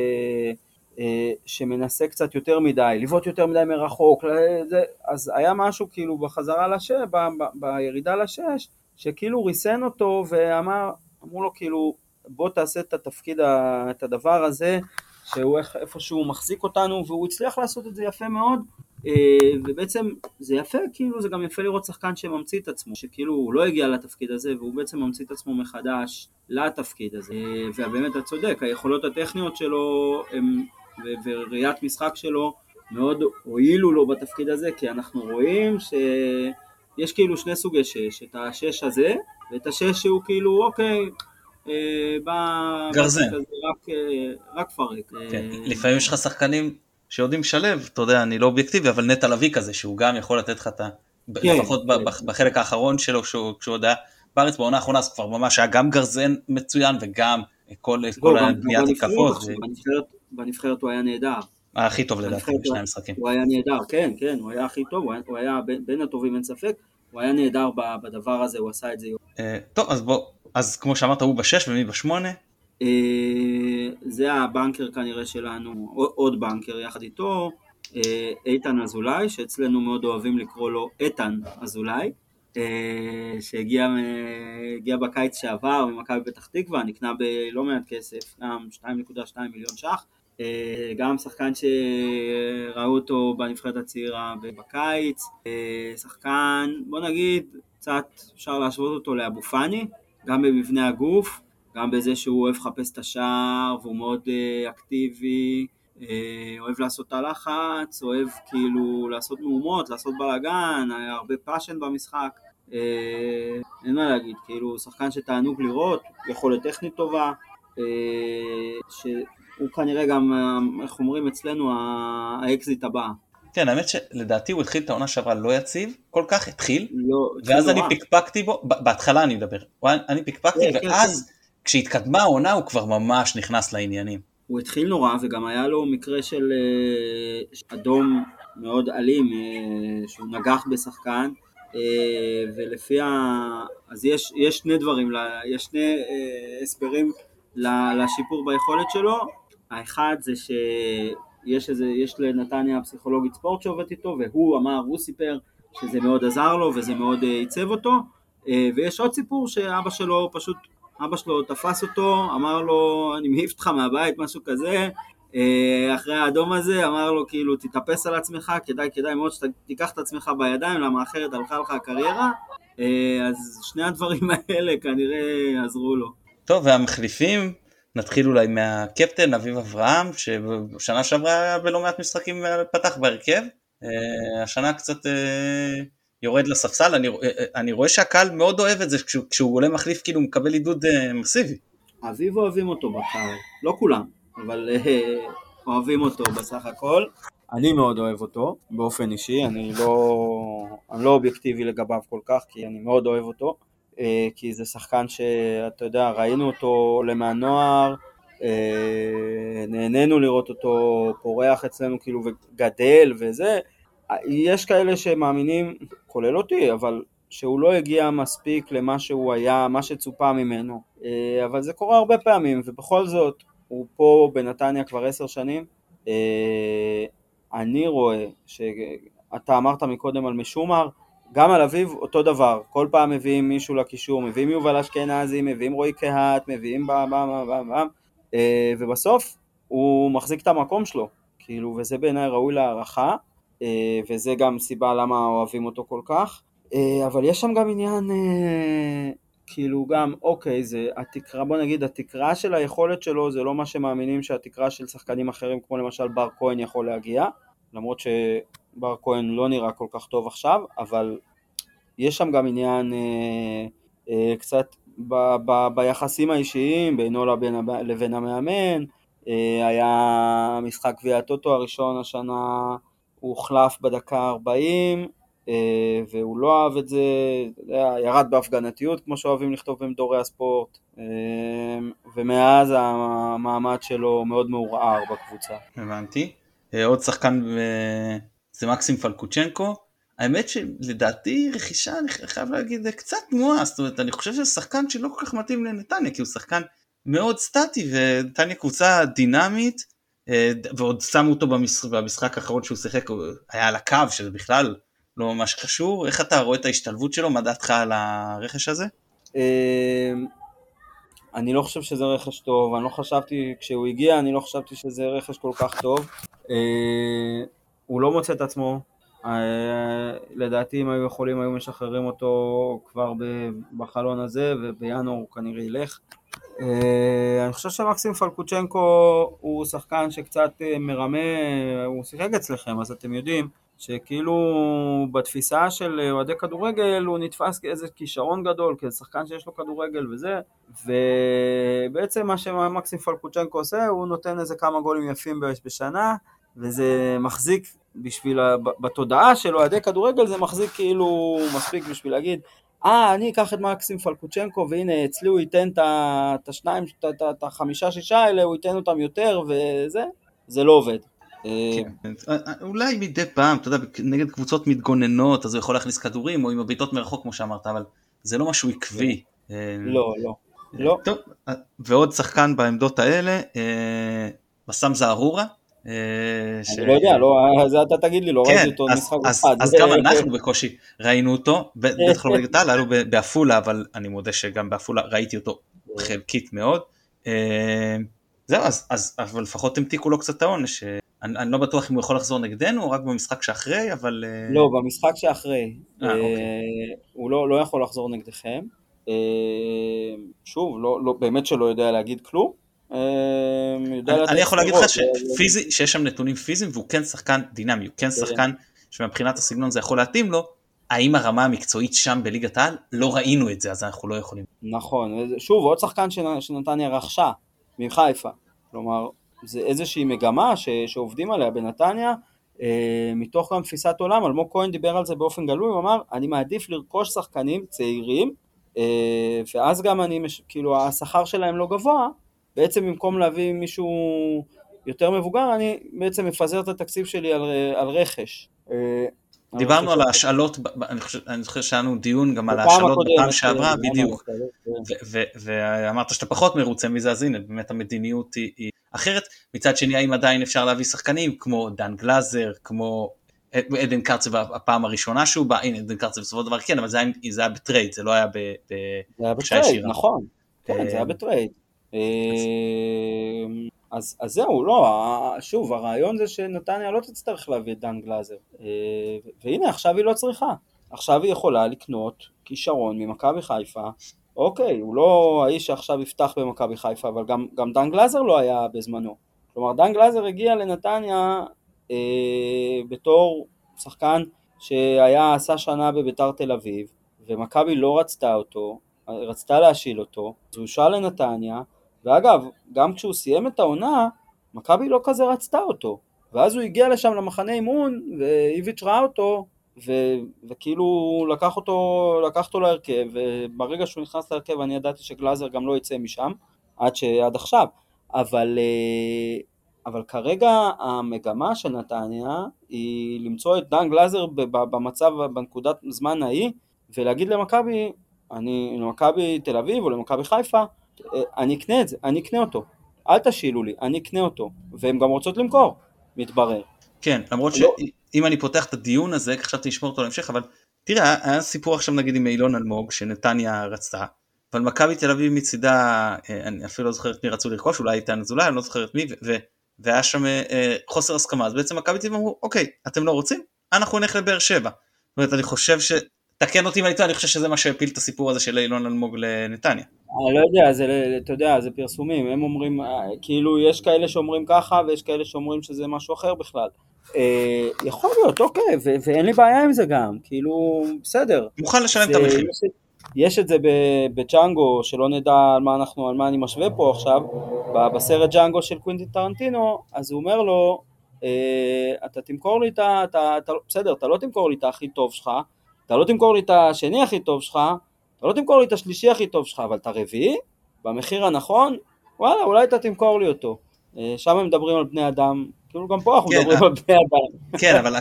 שמנסה קצת יותר מדי, לבעוט יותר מדי מרחוק, אז היה משהו כאילו בחזרה לשש, בירידה לשש, שכאילו ריסן אותו ואמרו לו כאילו בוא תעשה את התפקיד, את הדבר הזה, שהוא איפשהו מחזיק אותנו, והוא הצליח לעשות את זה יפה מאוד, ובעצם זה יפה, כאילו זה גם יפה לראות שחקן שממציא את עצמו, שכאילו הוא לא הגיע לתפקיד הזה, והוא בעצם ממציא את עצמו מחדש לתפקיד הזה, ובאמת אתה צודק, היכולות הטכניות שלו, וראיית משחק שלו, מאוד הועילו לו בתפקיד הזה, כי אנחנו רואים שיש כאילו שני סוגי שש, את השש הזה, ואת השש שהוא כאילו אוקיי, גרזן. רק פרק. כן, לפעמים יש לך שחקנים שיודעים שלב, אתה יודע, אני לא אובייקטיבי, אבל נטע לביא כזה, שהוא גם יכול לתת לך את לפחות בחלק האחרון שלו, כשהוא יודע, בארץ בעונה האחרונה, אז כבר ממש היה גם גרזן מצוין, וגם כל הבניית התקפות. בנבחרת הוא היה נהדר. הכי טוב לדעתי בשני המשחקים. הוא היה נהדר, כן, הוא היה הכי טוב, הוא היה בין הטובים אין ספק, הוא היה נהדר בדבר הזה, הוא עשה את זה. טוב, אז בוא, אז כמו שאמרת, הוא בשש ומי בשמונה? זה הבנקר כנראה שלנו, עוד בנקר יחד איתו, איתן אזולאי, שאצלנו מאוד אוהבים לקרוא לו איתן אזולאי, שהגיע בקיץ שעבר ממכבי פתח תקווה, נקנה בלא מעט כסף, גם 2.2 מיליון ש"ח, גם שחקן שראו אותו בנבחרת הצעירה בקיץ, שחקן, בוא נגיד, קצת אפשר להשוות אותו לאבו פאני, גם במבנה הגוף, גם בזה שהוא אוהב לחפש את השער, והוא מאוד אקטיבי, אוהב לעשות את הלחץ, אוהב כאילו לעשות מהומות, לעשות בלגן, היה הרבה פאשן במשחק, אין מה להגיד, כאילו שחקן שתענוג לראות, יכולת טכנית טובה, שהוא כנראה גם, איך אומרים אצלנו, האקזיט הבא. כן, האמת שלדעתי הוא התחיל את העונה שעברה לא יציב, כל כך התחיל, לא, ואז אני פיקפקתי בו, בהתחלה אני מדבר, אני פיקפקתי, ואז כשהתקדמה העונה הוא כבר ממש נכנס לעניינים. הוא התחיל נורא, וגם היה לו מקרה של אדום מאוד אלים, שהוא נגח בשחקן, ולפי אז יש שני דברים, יש שני הסברים לשיפור ביכולת שלו. האחד זה שיש לנתניה פסיכולוגית ספורט שעובד איתו, הוא סיפר שזה מאוד עזר לו וזה מאוד ייצב אותו, ויש עוד סיפור שאבא שלו תפס אותו, אמר לו אני מעיף אותך מהבית, משהו כזה, אחרי האדום הזה אמר לו כאילו תתאפס על עצמך, כדאי מאוד שתיקח את עצמך בידיים, למה אחרת הלכה לך הקריירה. אז שני הדברים האלה כנראה עזרו לו. טוב, והמחליפים, נתחיל אולי מהקפטן אביב אברהם, שבשנה שעברה בלא מעט משחקים פתח בהרכב, השנה קצת יורד לספסל. אני רואה שהקהל מאוד אוהב את זה, כשהוא עולה מחליף כאילו הוא מקבל עידוד מסיבי. אביב אוהבים אותו בקהל, לא כולם, אבל אוהבים אותו בסך הכל. אני מאוד אוהב אותו באופן אישי, אני לא אובייקטיבי לגביו כל כך, כי אני מאוד אוהב אותו, כי זה שחקן שאתה יודע, ראינו אותו עולה מהנוער, נהנינו לראות אותו פורח אצלנו כאילו וגדל וזה. יש כאלה שמאמינים, כולל אותי, אבל שהוא לא הגיע מספיק למה שהוא היה, מה שצופה ממנו, אבל זה קורה הרבה פעמים, ובכל זאת הוא פה בנתניה כבר 10 שנים. אני רואה שאתה אמרת מקודם על משומר, גם על אביב אותו דבר, כל פעם מביאים מישהו לקישור, מביאים יובל אשכנזי, מביאים רועי קהת, מביאים ובסוף הוא מחזיק את המקום שלו, כאילו, וזה בעיניי ראוי להערכה, וזה גם סיבה למה אוהבים אותו כל כך. אבל יש שם גם עניין, כאילו גם, אוקיי, זה התקרה, בוא נגיד, התקרה של היכולת שלו, זה לא מה שמאמינים שהתקרה של שחקנים אחרים, כמו למשל בר כהן יכול להגיע, למרות בר כהן לא נראה כל כך טוב עכשיו, אבל יש שם גם עניין קצת ביחסים האישיים בינו לבין המאמן. היה משחק גביע הטוטו הראשון השנה, הוא הוחלף בדקה 40, והוא לא אהב את זה, ירד בהפגנתיות כמו שאוהבים לכתוב במדורי הספורט, ומאז המעמד שלו מאוד מעורער בקבוצה. הבנתי. עוד שחקן זה מקסים פלקוצ'נקו. האמת שלדעתי רכישה, אני חייב להגיד, קצת תנועה, זאת אומרת, אני חושב שזה שחקן שלא כל כך מתאים לנתניה, כי הוא שחקן מאוד סטטי, ונתניה קבוצה דינמית, ועוד שמו אותו במשחק האחרון שהוא שיחק, הוא היה על הקו, שזה בכלל לא ממש קשור. איך אתה רואה את ההשתלבות שלו? מה דעתך על הרכש הזה? אני לא חושב שזה רכש טוב, אני לא חשבתי, כשהוא הגיע, אני לא חשבתי שזה רכש כל כך טוב. הוא לא מוצא את עצמו, לדעתי אם היו יכולים, היו משחררים אותו כבר בחלון הזה, ובינואר הוא כנראה ילך. אני חושב שמקסים פלקוצ'נקו הוא שחקן שקצת מרמה, הוא שיחק אצלכם, אז אתם יודעים שכאילו בתפיסה של אוהדי כדורגל הוא נתפס כאיזה כישרון גדול, כשחקן שיש לו כדורגל וזה, ובעצם מה שמקסים פלקוצ'נקו עושה, הוא נותן איזה כמה גולים יפים בשנה, וזה מחזיק בשביל, בתודעה של אוהדי כדורגל זה מחזיק כאילו מספיק בשביל להגיד, אני אקח את מקסים פלקוצ'נקו, והנה אצלי הוא ייתן את השניים, את החמישה שישה האלה, הוא ייתן אותם יותר, וזה, זה לא עובד. אולי מדי פעם, אתה יודע, נגד קבוצות מתגוננות, אז הוא יכול להכניס כדורים, או עם הביטות מרחוק, כמו שאמרת, אבל זה לא משהו עקבי. לא. טוב, ועוד שחקן בעמדות האלה, בסם זערורה. אני לא יודע, זה אתה תגיד לי, לא ראיתי אותו משחק אחד. אז גם אנחנו בקושי ראינו אותו, בטח לא בליגת העל, עלו באפולה, אבל אני מודה שגם באפולה ראיתי אותו חלקית מאוד. זהו, אבל לפחות המתיקו לו קצת העונש, אני לא בטוח אם הוא יכול לחזור נגדנו, או רק במשחק שאחרי, אבל... לא, במשחק שאחרי. הוא לא יכול לחזור נגדכם. שוב, באמת שלא יודע להגיד כלום. אני יכול להגיד לך שיש שם נתונים פיזיים, והוא כן שחקן דינמי, הוא כן שחקן שמבחינת הסגנון זה יכול להתאים לו. האם הרמה המקצועית שם בליגת העל? לא ראינו את זה, אז אנחנו לא יכולים. נכון, שוב, עוד שחקן שנתניה רכשה מחיפה, כלומר, זה איזושהי מגמה שעובדים עליה בנתניה, מתוך גם תפיסת עולם. אלמוג כהן דיבר על זה באופן גלוי, הוא אמר, אני מעדיף לרכוש שחקנים צעירים, ואז גם כאילו השכר שלהם לא גבוה, בעצם במקום להביא מישהו יותר מבוגר, אני בעצם מפזר את התקציב שלי על רכש. דיברנו על ההשאלות, אני זוכר שהיה דיון גם על ההשאלות בפעם שעברה, בדיוק, ואמרת שאתה פחות מרוצה מזה, אז הנה, באמת המדיניות היא אחרת. מצד שני, האם עדיין אפשר להביא שחקנים כמו דן גלאזר, כמו עדן קרצב הפעם הראשונה שהוא בא, הנה עדן קרצב בסופו דבר כן, אבל זה היה בטרייד, זה לא היה בטרייד, נכון, כן, זה היה בטרייד. אז זהו, לא, שוב, הרעיון זה שנתניה לא תצטרך להביא את דן גלאזר, והנה עכשיו היא לא צריכה, עכשיו היא יכולה לקנות כישרון ממכבי חיפה, אוקיי, הוא לא האיש שעכשיו יפתח במכבי חיפה, אבל גם דן גלאזר לא היה בזמנו, כלומר דן גלאזר הגיע לנתניה בתור שחקן עשה שנה בביתר תל אביב, ומכבי לא רצתה אותו, רצתה להשיל אותו, אז הוא שאל לנתניה, ואגב, גם כשהוא סיים את העונה, מכבי לא כזה רצתה אותו, ואז הוא הגיע לשם למחנה אימון, ואיביץ' ראה אותו, וכאילו לקח אותו להרכב, וברגע שהוא נכנס להרכב, אני ידעתי שגלאזר גם לא יצא משם, עד עכשיו, אבל כרגע המגמה של נתניה, היא למצוא את דן גלאזר במצב, בנקודת זמן ההיא, ולהגיד למכבי תל אביב, או למכבי חיפה, אני אקנה את זה, אני אקנה אותו, אל תשאילו לי, אני אקנה אותו, והם גם רוצות למכור, מתברר. כן, למרות שאם אני פותח את הדיון הזה, חשבתי לשמור אותו להמשך, אבל תראה, היה סיפור עכשיו נגיד עם אילון אלמוג, שנתניה רצתה, אבל מכבי תל אביב מצידה, אני אפילו לא זוכרת מי רצו לרכוש, אולי איתן אזולאי, אני לא זוכרת מי, והיה שם חוסר הסכמה, אז בעצם מכבי תל אביב אמרו, אוקיי, אתם לא רוצים? אנחנו נלך לבאר שבע. זאת אומרת, אני חושב תקן אותי אם אני טועה, אני חושב שזה מה שהפיל את הסיפור הזה של אילון אלמוג לנתניה. אני לא יודע, אתה יודע, זה פרסומים, הם אומרים, כאילו יש כאלה שאומרים ככה, ויש כאלה שאומרים שזה משהו אחר בכלל. יכול להיות, אוקיי, ואין לי בעיה עם זה גם, כאילו, בסדר. מוכן לשלם את המחיר. יש את זה בג'אנגו, שלא נדע על מה אני משווה פה עכשיו, בסרט ג'אנגו של קווינטין טרנטינו, אז הוא אומר לו, אתה תמכור לי בסדר, אתה לא תמכור לי את הכי טוב שלך, אתה לא תמכור לי את השני הכי טוב שלך, אתה לא תמכור לי את השלישי הכי טוב שלך, אבל את הרביעי, במחיר הנכון, וואלה, אולי אתה תמכור לי אותו. שם הם מדברים על בני אדם, כאילו גם פה אנחנו מדברים על בני אדם. כן, אבל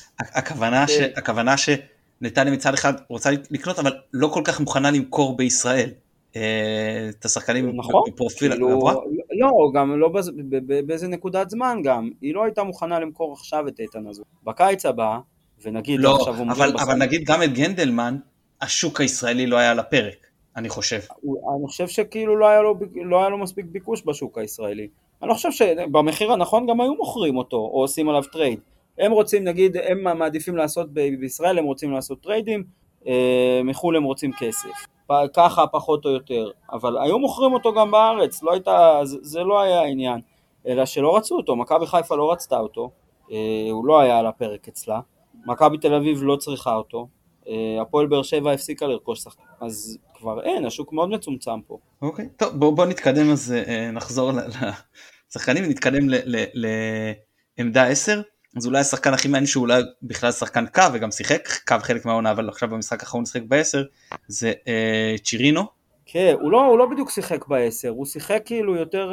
הכוונה שנתניה מצד אחד רוצה לקנות, אבל לא כל כך מוכנה למכור בישראל את השחקנים בפרופיל הגבוה. לא, גם לא באיזה נקודת זמן גם, היא לא הייתה מוכנה למכור עכשיו את איתן הזו. בקיץ הבא, ונגיד לא, אבל נגיד גם את גנדלמן, השוק הישראלי לא היה על הפרק, אני חושב. אני חושב שכאילו לא היה לו מספיק ביקוש בשוק הישראלי. אני לא חושב שבמחיר הנכון גם היו מוכרים אותו, או עושים עליו טרייד. הם רוצים, נגיד, הם מעדיפים לעשות בישראל, הם רוצים לעשות טריידים, מחול הם רוצים כסף. ככה פחות או יותר. אבל היו מוכרים אותו גם בארץ, זה לא היה העניין. אלא שלא רצו אותו, מכבי חיפה לא רצתה אותו, הוא לא היה על הפרק אצלה. מכבי תל אביב לא צריכה אותו. הפועל באר שבע הפסיקה לרכוש שחקן, אז כבר אין, השוק מאוד מצומצם פה. אוקיי, טוב, בוא נתקדם, אז נחזור לשחקנים ונתקדם לעמדה 10, אז אולי השחקן הכי מעניין שהוא אולי בכלל שחקן קו, וגם שיחק קו חלק מהעונה, אבל עכשיו במשחק האחרון שיחק ב10, זה צ'ירינו. כן, הוא לא בדיוק שיחק ב10, הוא שיחק כאילו יותר,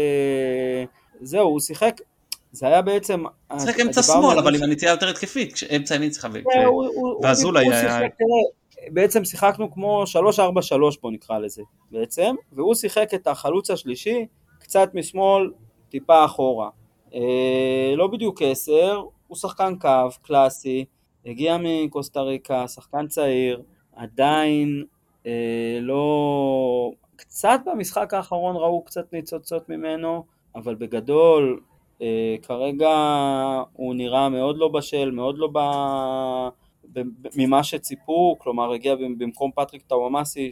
זהו, הוא שיחק, זה היה בעצם... שיחק אמצע שמאל, אבל עם הנטייה יותר התקפית, כשאמצע ימין צריכה, והזול היה... בעצם שיחקנו כמו 3-4-3, בוא נקרא לזה, בעצם, והוא שיחק את החלוץ השלישי, קצת משמאל, טיפה אחורה. לא בדיוק 10, הוא שחקן קו, קלאסי, הגיע מקוסטה ריקה, שחקן צעיר, עדיין לא... קצת במשחק האחרון ראו קצת ניצוצות ממנו, אבל בגדול, כרגע הוא נראה מאוד לא בשל, מאוד לא ממה שציפו, כלומר הגיע במקום פטריק טאוואמאסי,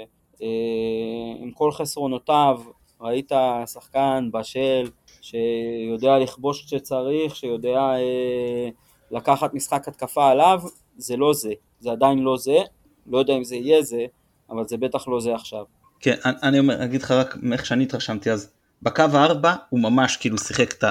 שעם כל חסרונותיו ראית שחקן בשל, שיודע לכבוש כשצריך, שיודע לקחת משחק התקפה עליו, זה לא זה, זה עדיין לא זה, לא יודע אם זה יהיה זה, אבל זה בטח לא זה עכשיו. כן, אני אגיד לך רק איך שאני התרשמתי, אז בקו 4 הוא ממש כאילו שיחק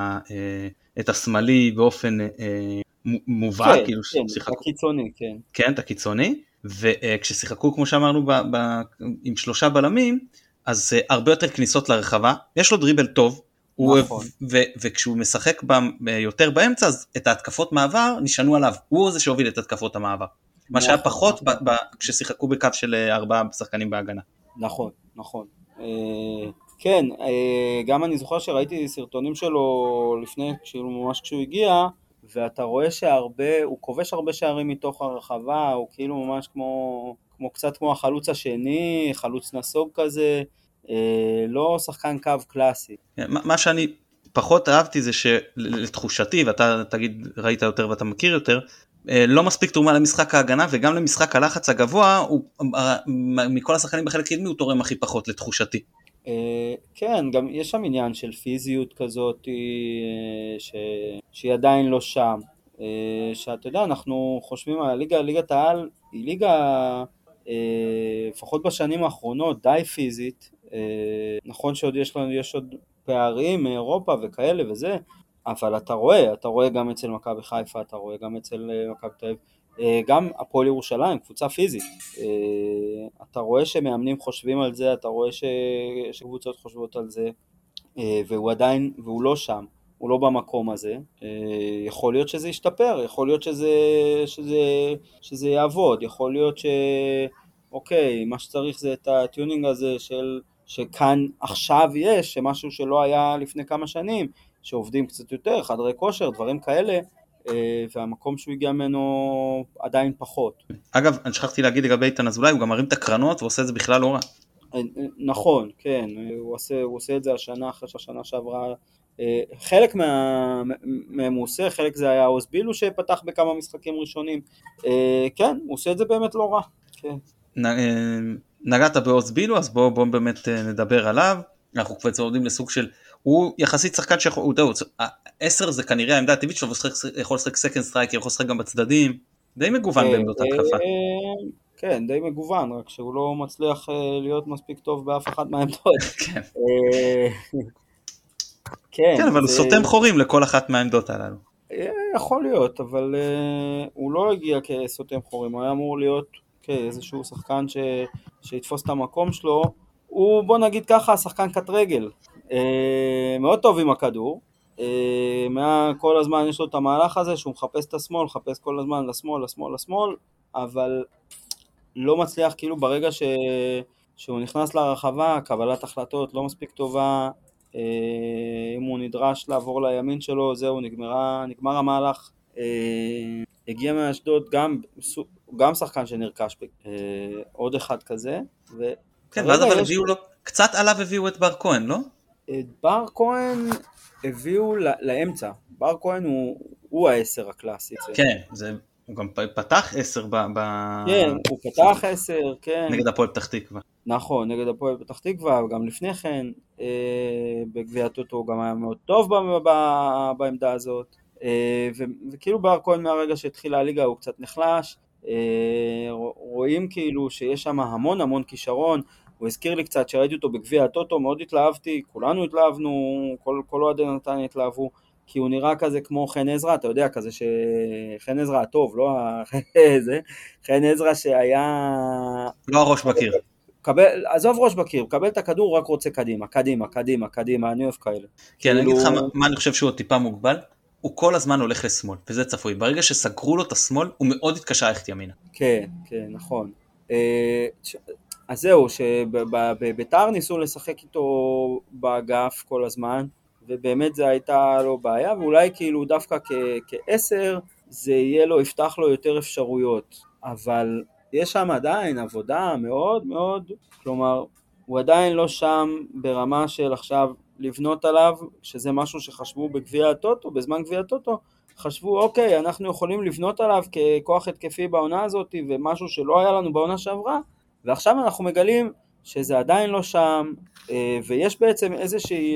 את השמאלי באופן מובהק, כן, כאילו כן, הקיצוני, כן. כן, את הקיצוני, וכששיחקו כמו שאמרנו עם 3 בלמים, אז הרבה יותר כניסות לרחבה, יש לו דריבל טוב, נכון. וכשהוא משחק יותר באמצע, אז את ההתקפות מעבר נשענו עליו, הוא זה שהוביל את התקפות המעבר, מה שהיה פחות כששיחקו בקו של 4 שחקנים בהגנה. נכון, נכון. כן, גם אני זוכר שראיתי סרטונים שלו לפני, ממש כשהוא הגיע, ואתה רואה הוא כובש הרבה שערים מתוך הרחבה, הוא כאילו ממש קצת כמו החלוץ השני, חלוץ נסוג כזה, לא שחקן קו קלאסי. מה שאני פחות אהבתי זה שלתחושתי, ואתה תגיד ראית יותר ואתה מכיר יותר, לא מספיק תרומה למשחק ההגנה, וגם למשחק הלחץ הגבוה, מכל השחקנים בחלק קדמי הוא תורם הכי פחות לתחושתי. כן, גם יש שם עניין של פיזיות כזאת, שהיא עדיין לא שם. שאתה יודע, אנחנו חושבים על ליגת העל, היא ליגה, לפחות בשנים האחרונות, די פיזית. נכון שעוד יש עוד פערים מאירופה וכאלה וזה, אבל אתה רואה גם אצל מכבי חיפה, אתה רואה גם אצל מכבי תל אביב, גם הפועל ירושלים, קבוצה פיזית, אתה רואה שמאמנים חושבים על זה, אתה רואה שקבוצות חושבות על זה, והוא לא שם, הוא לא במקום הזה. יכול להיות שזה ישתפר, יכול להיות שזה יעבוד, יכול להיות אוקיי, מה שצריך זה את הטיונינג הזה שכאן עכשיו יש, שמשהו שלא היה לפני כמה שנים, שעובדים קצת יותר, חדרי כושר, דברים כאלה, והמקום שהוא הגיע ממנו עדיין פחות. אגב, אני שכחתי להגיד לגבי איתן אזולאי, הוא גם מרים את הקרנות ועושה את זה בכלל לא רע. נכון, כן, הוא עושה את זה השנה אחרי שהשנה שעברה, חלק מהם הוא עושה, חלק זה היה אוזבילו שפתח בכמה משחקים ראשונים, כן, הוא עושה את זה באמת לא רע. כן. נגעת באוזבילו, אז בואו באמת נדבר עליו. אנחנו כבר עובדים לסוג של, הוא יחסית שחקן שיכול, 10 זה כנראה העמדה הטבעית שלו, הוא יכול לשחק סקנד סטרייקר, יכול לשחק גם בצדדים, די מגוון בעמדות ההתקפה. כן, די מגוון, רק שהוא לא מצליח להיות מספיק טוב באף אחת מהעמדות. כן, אבל הוא סותם חורים לכל אחת מהעמדות הללו. יכול להיות, אבל הוא לא הגיע כסותם חורים, הוא היה אמור להיות כאיזשהו שחקן שיתפוס את המקום שלו, הוא בוא נגיד ככה, שחקן קט רגל, מאוד טוב עם הכדור, כל הזמן יש לו את המהלך הזה שהוא מחפש את השמאל, מחפש כל הזמן לשמאל, לשמאל, לשמאל, אבל לא מצליח כאילו ברגע שהוא נכנס לרחבה, קבלת החלטות לא מספיק טובה, אם הוא נדרש לעבור לימין שלו, זהו, נגמר המהלך. הגיע מאשדוד גם שחקן שנרכש, עוד אחד כזה. כן, ואז אבל הביאו לו, קצת עליו הביאו את בר כהן, לא? את בר כהן הביאו לאמצע, בר כהן הוא ה10 הקלאסי. כן, הוא גם פתח 10 כן, הוא פתח 10, כן. נגד הפועל פתח תקווה. נכון, נגד הפועל פתח תקווה, וגם לפני כן, בגביע הטוטו הוא גם היה מאוד טוב בעמדה הזאת, וכאילו בר כהן מהרגע שהתחילה הליגה הוא קצת נחלש, רואים כאילו שיש שם המון המון כישרון, הוא הזכיר לי קצת שראיתי אותו בגביע הטוטו, מאוד התלהבתי, כולנו התלהבנו, כל אוהדי נתניה התלהבו, כי הוא נראה כזה כמו חן עזרא, אתה יודע, כזה חן עזרא הטוב, לא זה, חן עזרא שהיה... לא הראש בקיר. עזוב ראש בקיר, קבל את הכדור, הוא רק רוצה קדימה, קדימה, קדימה, קדימה, אני אוהב כאלה. כן, אני אגיד לך מה אני חושב שהוא טיפה מוגבל, הוא כל הזמן הולך לשמאל, וזה צפוי, ברגע שסגרו לו את השמאל, הוא מאוד התקשה ללכת ימינה. כן, כן, נכון. אז זהו, שבביתר ניסו לשחק איתו באגף כל הזמן, ובאמת זה הייתה לו בעיה, ואולי כאילו דווקא כ10 זה יהיה לו, יפתח לו יותר אפשרויות, אבל יש שם עדיין עבודה מאוד מאוד, כלומר הוא עדיין לא שם ברמה של עכשיו לבנות עליו, שזה משהו שחשבו בגביע הטוטו, בזמן גביע הטוטו, חשבו אוקיי, אנחנו יכולים לבנות עליו ככוח התקפי בעונה הזאת, ומשהו שלא היה לנו בעונה שעברה, ועכשיו אנחנו מגלים שזה עדיין לא שם, ויש בעצם איזושהי,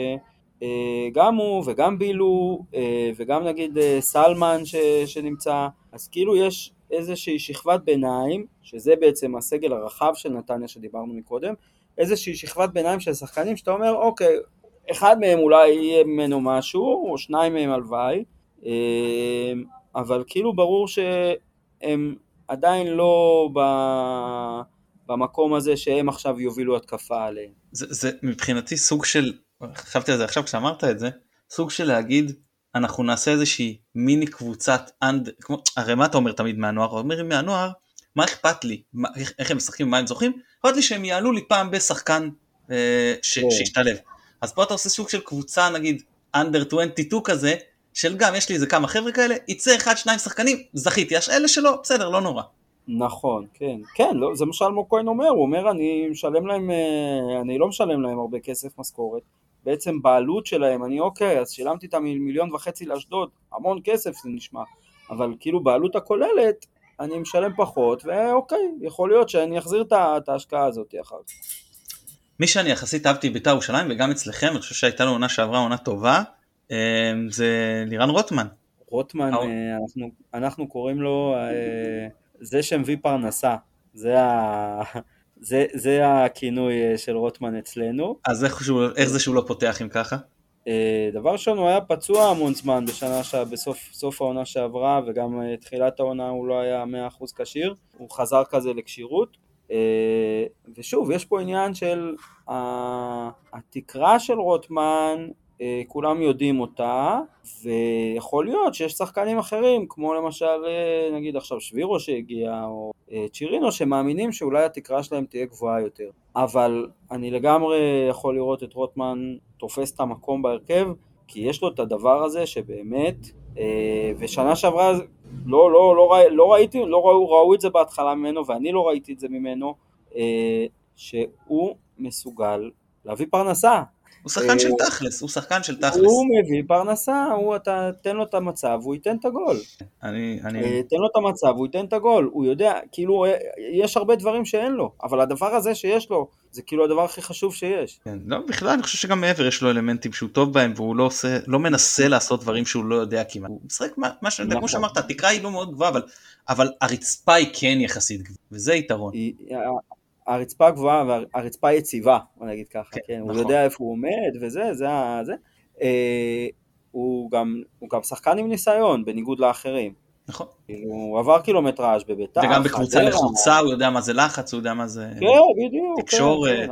גם הוא וגם בילו, וגם נגיד סלמן שנמצא, אז כאילו יש איזושהי שכבת ביניים, שזה בעצם הסגל הרחב של נתניה שדיברנו מקודם, איזושהי שכבת ביניים של שחקנים שאתה אומר, אוקיי, אחד מהם אולי יהיה ממנו משהו, או שניים מהם הלוואי, אבל כאילו ברור שהם עדיין לא במקום הזה שהם עכשיו יובילו התקפה עליהם. זה מבחינתי סוג של, חשבתי על זה עכשיו כשאמרת את זה, סוג של להגיד, אנחנו נעשה איזושהי מיני קבוצת, הרי מה אתה אומר תמיד מהנוער? אומרים מהנוער, מה אכפת לי? איך הם משחקים, מה הם זוכים? אכפת לי שהם יעלו לי פעם בשחקן שישתלב. אז פה אתה עושה סוג של קבוצה, נגיד, under 22 כזה, של גם יש לי איזה כמה חבר'ה כאלה, יצא 1-2 שחקנים, זכיתי, יש אלה שלא, בסדר, לא נורא. נכון, כן, כן, לא, זה מה שאלמוג כהן אומר, הוא אומר, אני לא משלם להם הרבה כסף משכורת, בעצם בעלות שלהם, אני אוקיי, אז שילמתי את 1.5 מיליון לאשדוד, המון כסף זה נשמע, אבל כאילו בעלות הכוללת, אני משלם פחות, ואוקיי, יכול להיות שאני אחזיר את ההשקעה הזאת אחר כך. מי שאני יחסית אהבתי בית"ר ירושלים, וגם אצלכם, אני חושב שהייתה לו עונה שעברה, עונה טובה, זה לירן רוטמן. רוטמן, אנחנו קוראים לו, זה שמביא פרנסה, זה הכינוי של רוטמן אצלנו. אז איך זה שהוא לא פותח עם ככה? דבר ראשון, הוא היה פצוע המון זמן בסוף העונה שעברה, וגם תחילת העונה הוא לא היה 100% כשיר, הוא חזר כזה לקשירות, ושוב, יש פה עניין של התקרה של רוטמן, כולם יודעים אותה, ויכול להיות שיש שחקנים אחרים, כמו למשל, נגיד עכשיו שבירו שהגיע, או צ'ירינו, שמאמינים שאולי התקרה שלהם תהיה גבוהה יותר. אבל אני לגמרי יכול לראות את רוטמן תופס את המקום בהרכב, כי יש לו את הדבר הזה שבאמת, ושנה שעברה לא ראיתי, ראו את זה בהתחלה ממנו, ואני לא ראיתי את זה ממנו, שהוא מסוגל להביא פרנסה. הוא שחקן של תכלס, הוא שחקן של תכלס. הוא מביא פרנסה, אתה תן לו את המצב, הוא ייתן את הגול. תן לו את המצב, הוא ייתן את הגול. הוא יודע, כאילו, יש הרבה דברים שאין לו, אבל הדבר הזה שיש לו, זה כאילו הדבר הכי חשוב שיש. כן, לא, בכלל אני חושב שגם מעבר יש לו אלמנטים שהוא טוב בהם, והוא לא מנסה לעשות דברים שהוא לא יודע כמעט. הוא משחק, כמו שאמרת, התקרה היא לא מאוד גבוהה, אבל הרצפה היא כן יחסית גבוהה, וזה יתרון. הרצפה גבוהה והרצפה יציבה, אני אגיד ככה, כן, הוא יודע איפה הוא עומד וזה, זה. הוא גם שחקן עם ניסיון, בניגוד לאחרים. נכון. הוא עבר קילומטראז' בביתר. וגם בקבוצה לחוצה, הוא יודע מה זה לחץ, הוא יודע מה זה תקשורת.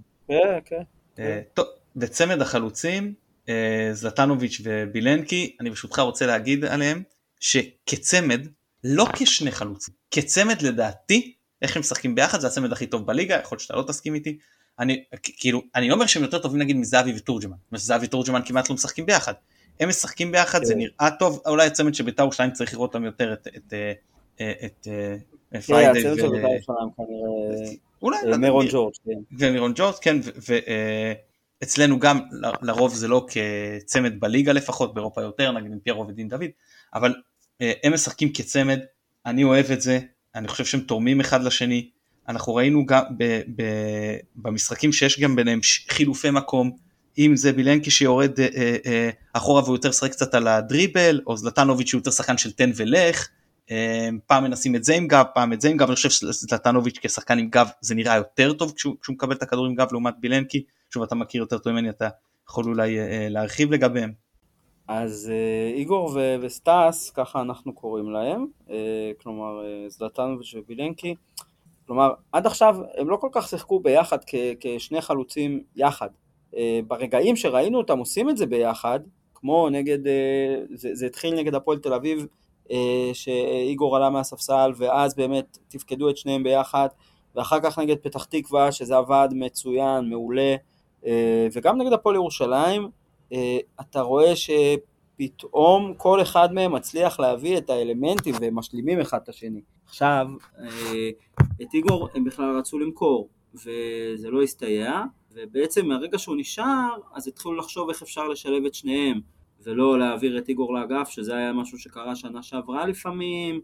טוב, בצמד החלוצים, זלטנוביץ' ובילנקי, אני ברשותך רוצה להגיד עליהם, שכצמד, לא כשני חלוצים, כצמד לדעתי, איך הם משחקים ביחד, זה הצמד הכי טוב בליגה, יכול להיות שאתה לא תסכים איתי, אני אומר שהם יותר טובים נגיד מזהבי ותורג'מן, זהבי ותורג'מן כמעט לא משחקים ביחד, הם משחקים ביחד, זה נראה טוב, אולי הצמד שביתר ירושלים צריך לראות אותם יותר את פריידי, הצמד של ביתר ירושלים כנראה, מירון ג'ורג', ומירון ג'ורג', כן, ואצלנו גם לרוב זה לא כצמד בליגה לפחות, באירופה יותר, נגיד עם פיירו ודין דוד, אבל הם משחקים כצמד, אני אוהב את זה, אני חושב שהם תורמים אחד לשני, אנחנו ראינו גם במשחקים שיש גם ביניהם חילופי מקום, אם זה בילנקי שיורד אחורה והוא יותר שחק קצת על הדריבל, או זלטנוביץ' שהוא יותר שחקן של תן ולך, פעם מנסים את זה עם גב, פעם את זה עם גב, אני חושב שזלטנוביץ' כשחקן עם גב זה נראה יותר טוב כשהוא מקבל את הכדור עם גב לעומת בילנקי, שוב אתה מכיר יותר טוב ממני, אתה יכול אולי להרחיב לגביהם. אז איגור וסטאס, ככה אנחנו קוראים להם, כלומר זלטנוביץ' ובילנקי, כלומר עד עכשיו הם לא כל כך שיחקו ביחד כשני חלוצים יחד, ברגעים שראינו אותם עושים את זה ביחד, כמו נגד, זה התחיל נגד הפועל תל אביב, שאיגור עלה מהספסל, ואז באמת תפקדו את שניהם ביחד, ואחר כך נגד פתח תקווה, שזה עבד מצוין, מעולה, וגם נגד הפועל ירושלים, אתה רואה שפתאום כל אחד מהם מצליח להביא את האלמנטים, והם משלימים אחד את השני. עכשיו, את איגור הם בכלל רצו למכור, וזה לא הסתייע, ובעצם מהרגע שהוא נשאר, אז התחילו לחשוב איך אפשר לשלב את שניהם, ולא להעביר את איגור לאגף, שזה היה משהו שקרה שנה שעברה לפעמים.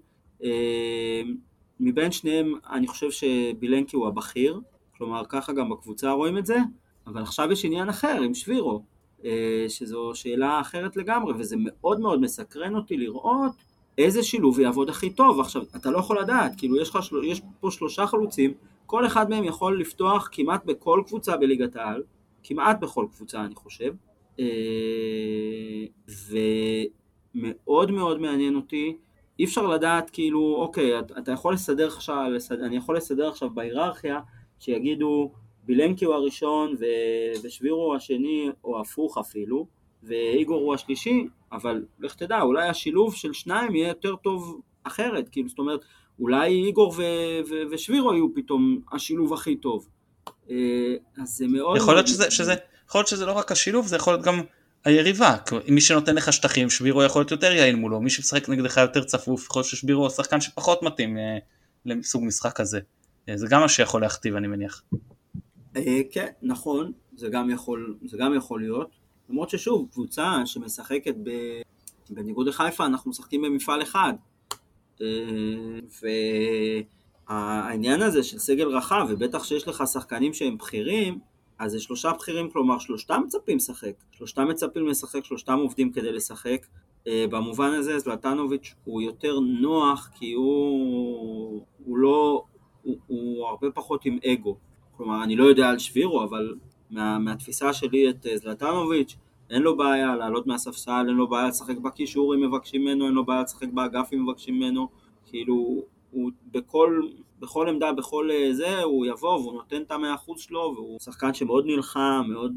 מבין שניהם אני חושב שבילנקי הוא הבכיר, כלומר ככה גם בקבוצה רואים את זה, אבל עכשיו יש עניין אחר עם שבירו, שזו שאלה אחרת לגמרי, וזה מאוד מאוד מסקרן אותי לראות איזה שילוב יעבוד הכי טוב. עכשיו, אתה לא יכול לדעת, כאילו יש פה 3 חלוצים, כל אחד מהם יכול לפתוח כמעט בכל קבוצה בליגת העל, כמעט בכל קבוצה אני חושב, ומאוד מאוד מעניין אותי, אי אפשר לדעת כאילו, אוקיי, אתה יכול לסדר עכשיו, אני יכול לסדר עכשיו בהיררכיה, שיגידו בילנקי הוא הראשון ושבירו הוא השני, או הפוך אפילו, ואיגור הוא השלישי, אבל לך תדע, אולי השילוב של שניים יהיה יותר טוב אחרת, כאילו זאת אומרת, אולי איגור ושבירו יהיו פתאום השילוב הכי טוב. אז זה מאוד... יכול להיות שזה לא רק השילוב, זה יכול להיות גם היריבה, מי שנותן לך שטחים, שבירו יכול להיות יותר יעיל מולו, מי שמשחק נגדך יותר צפוף, יכול להיות ששבירו הוא שחקן שפחות מתאים לסוג משחק הזה. זה גם מה שיכול להכתיב, אני מניח. כן, נכון, זה גם יכול להיות. למרות ששוב, קבוצה שמשחקת בניגוד לחיפה, אנחנו משחקים במפעל אחד. והעניין הזה של סגל רחב, ובטח שיש לך שחקנים שהם בכירים, אז זה 3 בכירים, כלומר 3 מצפים לשחק. 3 מצפים לשחק, 3 עובדים כדי לשחק. במובן הזה זלטנוביץ' הוא יותר נוח, כי הוא הרבה פחות עם אגו. כלומר, אני לא יודע על שבירו, אבל מהתפיסה שלי את זלטנוביץ', אין לו בעיה לעלות מהספסל, אין לו בעיה לשחק בקישור אם מבקשים ממנו, אין לו בעיה לשחק באגף אם מבקשים ממנו, כאילו הוא בכל עמדה, בכל זה, הוא יבוא והוא נותן את 100% שלו, והוא שחקן שמאוד נלחם, מאוד,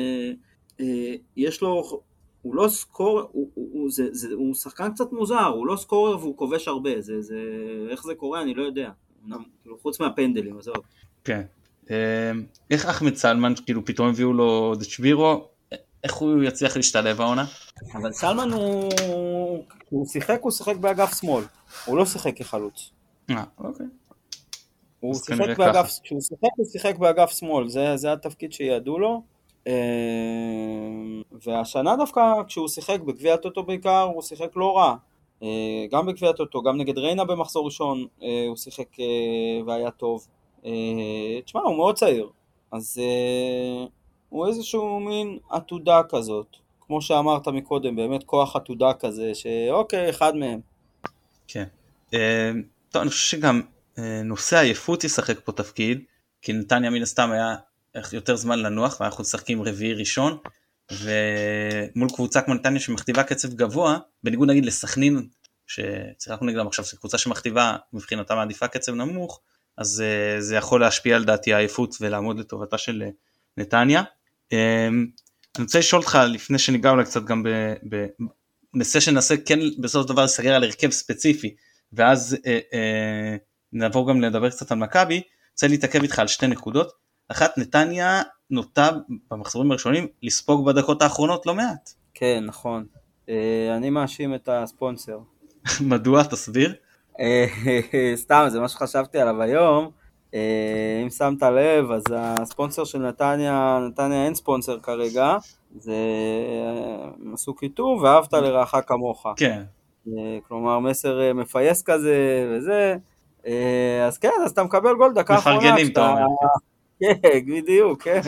יש לו, הוא לא סקור, הוא שחקן קצת מוזר, הוא לא סקורר והוא כובש הרבה, איך זה קורה אני לא יודע, חוץ מהפנדלים, עזוב. כן. איך אחמד סלמן, כאילו פתאום הביאו לו את שבירו, איך הוא יצליח להשתלב העונה? אבל סלמן הוא שיחק באגף שמאל, הוא לא שיחק כחלוץ. אוקיי. כשהוא שיחק באגף שמאל, זה התפקיד שיעדו לו, והשנה דווקא כשהוא שיחק בגביע הטוטו בעיקר, הוא שיחק לא רע. גם בגביע הטוטו, גם נגד ריינה במחזור ראשון הוא שיחק והיה טוב. תשמע, הוא מאוד צעיר, אז הוא איזשהו מין עתודה כזאת, כמו שאמרת מקודם, באמת כוח עתודה כזה, שאוקיי, אחד מהם. כן. טוב, אני חושב שגם נושא העייפות ישחק פה תפקיד, כי נתניה מן הסתם היה יותר זמן לנוח, ואנחנו משחקים רביעי ראשון, ומול קבוצה כמו נתניה שמכתיבה קצב גבוה, בניגוד נגיד לסכנין, שצריכנו נגדם עכשיו, קבוצה שמכתיבה מבחינתה מעדיפה קצב נמוך, אז זה יכול להשפיע על דעתי העייפות ולעמוד לטובתה של נתניה. אני רוצה לשאול אותך, לפני שניגע אולי קצת גם בנושא שננסה כן בסוף דבר לסגר על הרכב ספציפי, ואז נעבור גם לדבר קצת על מכבי. רוצה להתעכב איתך על שתי נקודות. אחת, נתניה נוטה במחזורים הראשונים לספוג בדקות האחרונות לא מעט. כן, נכון. אני מאשים את הספונסר. מדוע? תסביר. סתם, זה מה שחשבתי עליו היום. אם שמת לב, אז הספונסר של נתניה אין ספונסר כרגע, זה עשו כיתוב ואהבת לרעך כמוך. כן. כלומר מסר מפייס כזה וזה, אז כן, אז אתה מקבל גול דקה האחרונה. מפרגנים, אתה אומר. כן, בדיוק, כן.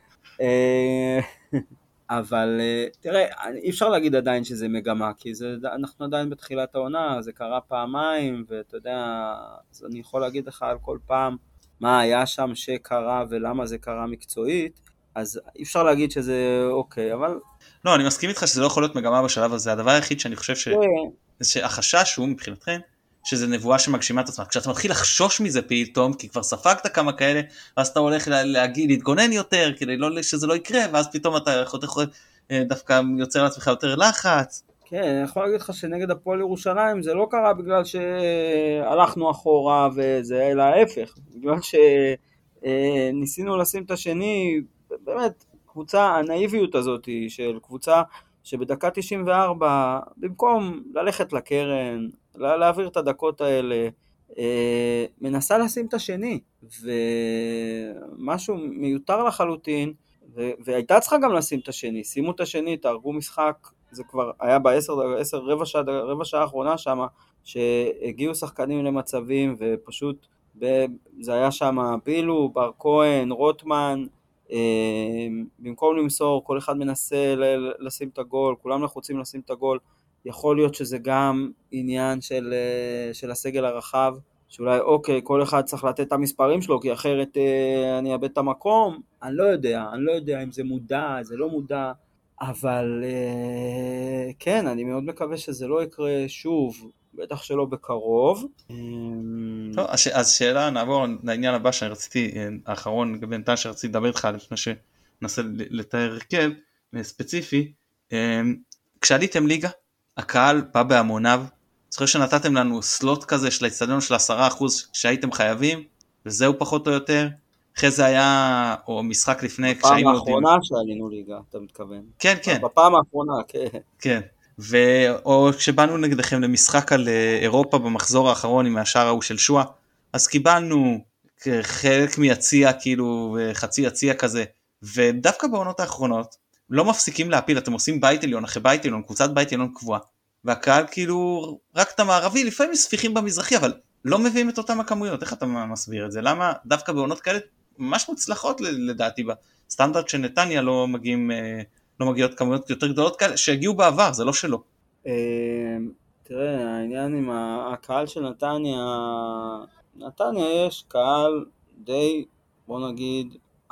אבל תראה, אי אפשר להגיד עדיין שזה מגמה, כי אנחנו עדיין בתחילת העונה, זה קרה פעמיים, ואתה יודע, אז אני יכול להגיד לך על כל פעם מה היה שם שקרה ולמה זה קרה מקצועית, אז אי אפשר להגיד שזה אוקיי, אבל... לא, אני מסכים איתך שזה לא יכול להיות מגמה בשלב הזה. הדבר היחיד שאני חושב שהחשש הוא מבחינתכם, שזה נבואה שמגשימה את עצמה. כשאתה מתחיל לחשוש מזה פתאום, כי כבר ספגת כמה כאלה, ואז אתה הולך להגיד, להתגונן יותר, כדי שזה לא יקרה, ואז פתאום אתה דווקא יוצר לעצמך יותר לחץ. כן, אני יכול להגיד לך שנגד הפועל ירושלים זה לא קרה בגלל שהלכנו אחורה וזה, אלא ההפך, בגלל שניסינו לשים את השני, באמת, קבוצה, הנאיביות הזאת של קבוצה שבדקה 94, במקום ללכת לקרן, להעביר את הדקות האלה, מנסה לשים את השני, ומשהו מיותר לחלוטין, והייתה צריכה גם לשים את השני, שימו את השני, תהרגו משחק, זה כבר היה רבע שעה האחרונה שם, שהגיעו שחקנים למצבים, ופשוט זה היה שם בילו, בר כהן, רוטמן, במקום למסור, כל אחד מנסה לשים את הגול, כולם לחוצים לשים את הגול, יכול להיות שזה גם עניין של הסגל הרחב, שאולי אוקיי, כל אחד צריך לתת את המספרים שלו, כי אחרת אני אאבד את המקום, אני לא יודע אם זה מודע, זה לא מודע, אבל כן, אני מאוד מקווה שזה לא יקרה שוב, בטח שלא בקרוב. טוב, אז שאלה, נעבור לעניין הבא שאני רציתי, האחרון לגבי נתניה שרציתי לדבר איתך, לפני שננסה לתאר הרכב ספציפי. כשעליתם ליגה, הקהל בא בהמוניו, זוכר שנתתם לנו סלוט כזה של האצטדיון של 10% שהייתם חייבים, וזהו פחות או יותר. אחרי זה היה, או משחק לפני, בפעם האחרונה שעלינו ליגה, אתה מתכוון? כן, כן. בפעם האחרונה, כן. כן, או כשבאנו נגדכם למשחק על אירופה במחזור האחרון עם השער ההוא של שואה, אז קיבלנו חלק מיציע, כאילו חצי יציע כזה, ודווקא בעונות האחרונות, לא מפסיקים להפיל, אתם עושים בית עליון אחרי בית עליון, קבוצת בית עליון קבועה, והקהל כאילו רק את המערבי, לפעמים ספיחים במזרחי, אבל לא מביאים את אותם הכמויות. איך אתה מסביר את זה? למה דווקא בעונות כאלה ממש מוצלחות לדעתי בסטנדרט של נתניה לא מגיעות כמויות יותר גדולות כאלה שהגיעו בעבר, זה לא שלא. תראה, העניין עם הקהל של נתניה יש קהל די, בוא נגיד,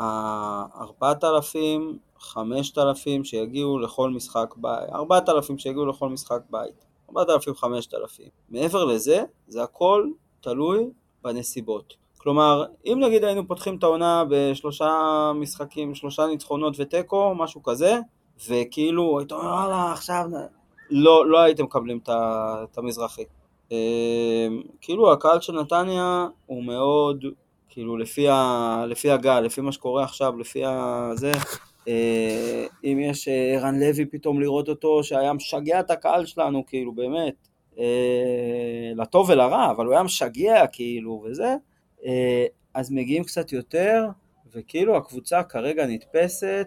4,000, 5,000 שיגיעו לכל משחק בית, 4,000 שיגיעו לכל משחק בית, 4,000, 5,000. מעבר לזה, זה הכל תלוי בנסיבות. כלומר, אם נגיד היינו פותחים את העונה בשלושה משחקים, 3 ניצחונות וטקו, משהו כזה, וכאילו, הייתם אומרים, וואלה, עכשיו, לא הייתם מקבלים את המזרחי. כאילו, הקהל של נתניה הוא מאוד, כאילו, לפי הגל, לפי מה שקורה עכשיו, לפי זה, אם יש ערן לוי פתאום לראות אותו, שהיה משגע את הקהל שלנו, כאילו, באמת, לטוב ולרע, אבל הוא היה משגע, כאילו, וזה, אז מגיעים קצת יותר, וכאילו הקבוצה כרגע נתפסת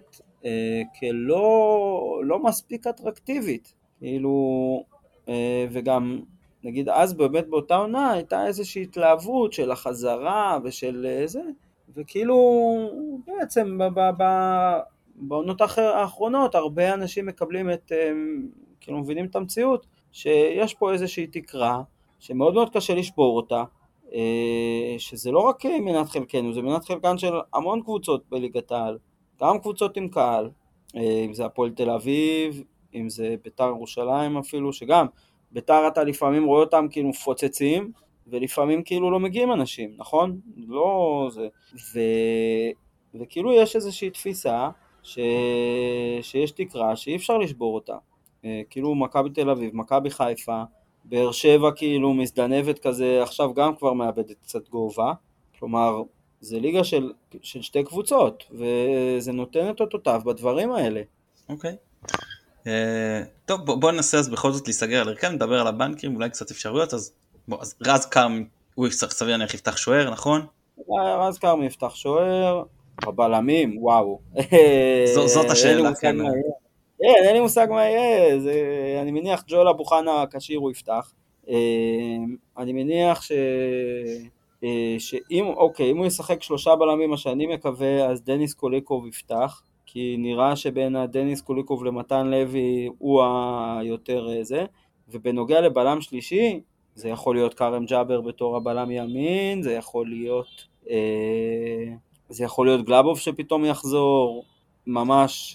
כלא מספיק אטרקטיבית, כאילו, וגם נגיד אז באמת באותה עונה הייתה איזושהי התלהבות של החזרה ושל זה, וכאילו בעצם בעונות האחרונות הרבה אנשים מקבלים כאילו מבינים את המציאות שיש פה איזושהי תקרה שמאוד מאוד קשה לשבור אותה, שזה לא רק מנת חלקנו, זה מנת חלקן של המון קבוצות בליגת העל, גם קבוצות עם קהל, אם זה הפועל תל אביב, אם זה בית"ר ירושלים אפילו, שגם בית"ר אתה לפעמים רואה אותם כאילו מפוצצים, ולפעמים כאילו לא מגיעים אנשים, נכון? לא זה. וכאילו יש איזושהי תפיסה שיש תקרה שאי אפשר לשבור אותה. כאילו מכבי תל אביב, מכבי חיפה, באר שבע כאילו מזדנבת כזה, עכשיו גם כבר מאבדת קצת גובה, כלומר זה ליגה של שתי קבוצות, וזה נותן את אותותיו בדברים האלה. אוקיי. טוב, בוא ננסה אז בכל זאת להיסגר על הרכב, נדבר על הבנקרים, אולי קצת אפשרויות, אז רז כרמי, הוא סביר נניח יפתח שוער, נכון? רז כרמי יפתח שוער, הבלמים, וואו. זאת השאלה, כן. אין לי מושג מה יהיה, אני מניח ג'ול אבו חנה כשיר הוא יפתח, אני מניח שאם הוא ישחק 3 בלמים, מה שאני מקווה, אז דניס קוליקוב יפתח, כי נראה שבין דניס קוליקוב למתן לוי הוא היותר זה, ובנוגע לבלם שלישי, זה יכול להיות קרם ג'אבר בתור הבלם ימין, זה יכול להיות גלאבוב שפתאום יחזור, ממש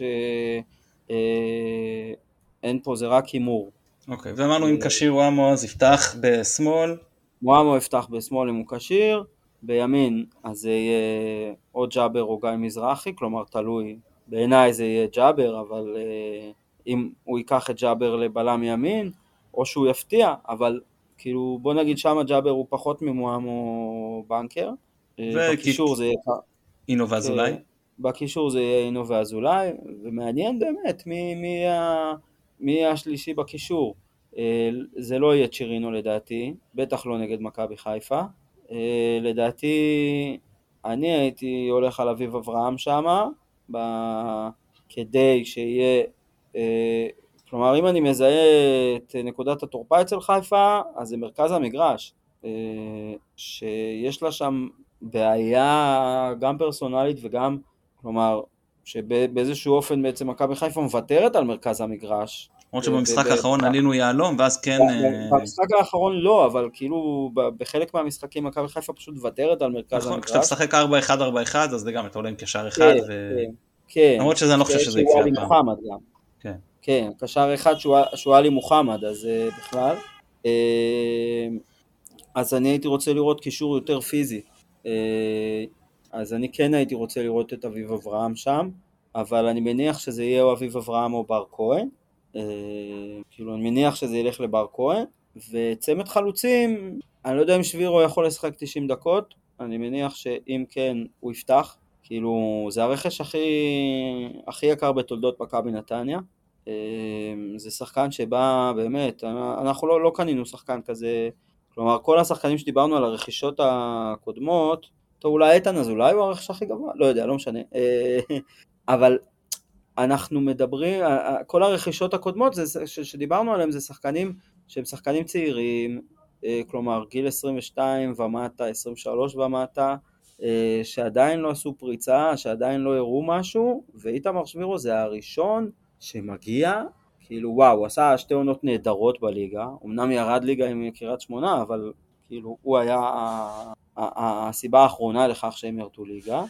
אין פה, זה רק הימור. אוקיי, ואמרנו אם כשיר וואמו אז יפתח בשמאל. וואמו יפתח בשמאל אם הוא כשיר, בימין אז זה יהיה או ג'אבר או גיא מזרחי, כלומר תלוי, בעיניי זה יהיה ג'אבר, אבל אם הוא ייקח את ג'אבר לבלם ימין, או שהוא יפתיע, אבל כאילו בוא נגיד שמה ג'אבר הוא פחות ממואמו בנקר, בקישור זה יהיה אינו ואזולאי. בקישור זה יהיה אינו ואזולאי, ומעניין באמת מי השלישי בקישור. זה לא יהיה צ'ירינו לדעתי, בטח לא נגד מכבי חיפה. לדעתי אני הייתי הולך על אביב אברהם שמה, כדי שיהיה, כלומר אם אני מזהה את נקודת התורפה אצל חיפה, אז זה מרכז המגרש, שיש לה שם בעיה גם פרסונלית וגם, כלומר, שבאיזשהו אופן בעצם מכבי חיפה מוותרת על מרכז המגרש. למרות שבמשחק האחרון עלינו יעלום, ואז כן... במשחק האחרון לא, אבל כאילו בחלק מהמשחקים מכבי חיפה פשוט מוותרת על מרכז המגרש. כשאתה משחק 4-1-4-1, אז זה גם אתה עולה עם קשר אחד, למרות שזה אני לא חושב שזה יקרה הפעם. כן, קשר אחד שהוא עלי מוחמד, אז בכלל. אז אני הייתי רוצה לראות קישור יותר פיזי. אז אני כן הייתי רוצה לראות את אביב אברהם שם, אבל אני מניח שזה יהיה או אביב אברהם או בר כהן, כאילו אני מניח שזה ילך לבר כהן, וצמד חלוצים, אני לא יודע אם שבירו יכול לשחק 90 דקות, אני מניח שאם כן הוא יפתח, כאילו זה הרכש הכי יקר בתולדות מכבי נתניה, זה שחקן שבא באמת, אנחנו לא קנינו שחקן כזה, כלומר כל השחקנים שדיברנו על הרכישות הקודמות, אולי איתן אזולאי הוא הרכש הכי גבוה, לא יודע, לא משנה, אבל אנחנו מדברים, כל הרכישות הקודמות שדיברנו עליהם זה שחקנים שהם שחקנים צעירים, כלומר גיל 22 ומטה, 23 ומטה, שעדיין לא עשו פריצה, שעדיין לא הראו משהו, ואיתמר שבירו זה הראשון שמגיע, כאילו וואו, הוא עשה 2 עונות נהדרות בליגה, אמנם ירד ליגה עם קריית שמונה, אבל כאילו הוא היה הסיבה האחרונה לכך שהם ירדו ליגה,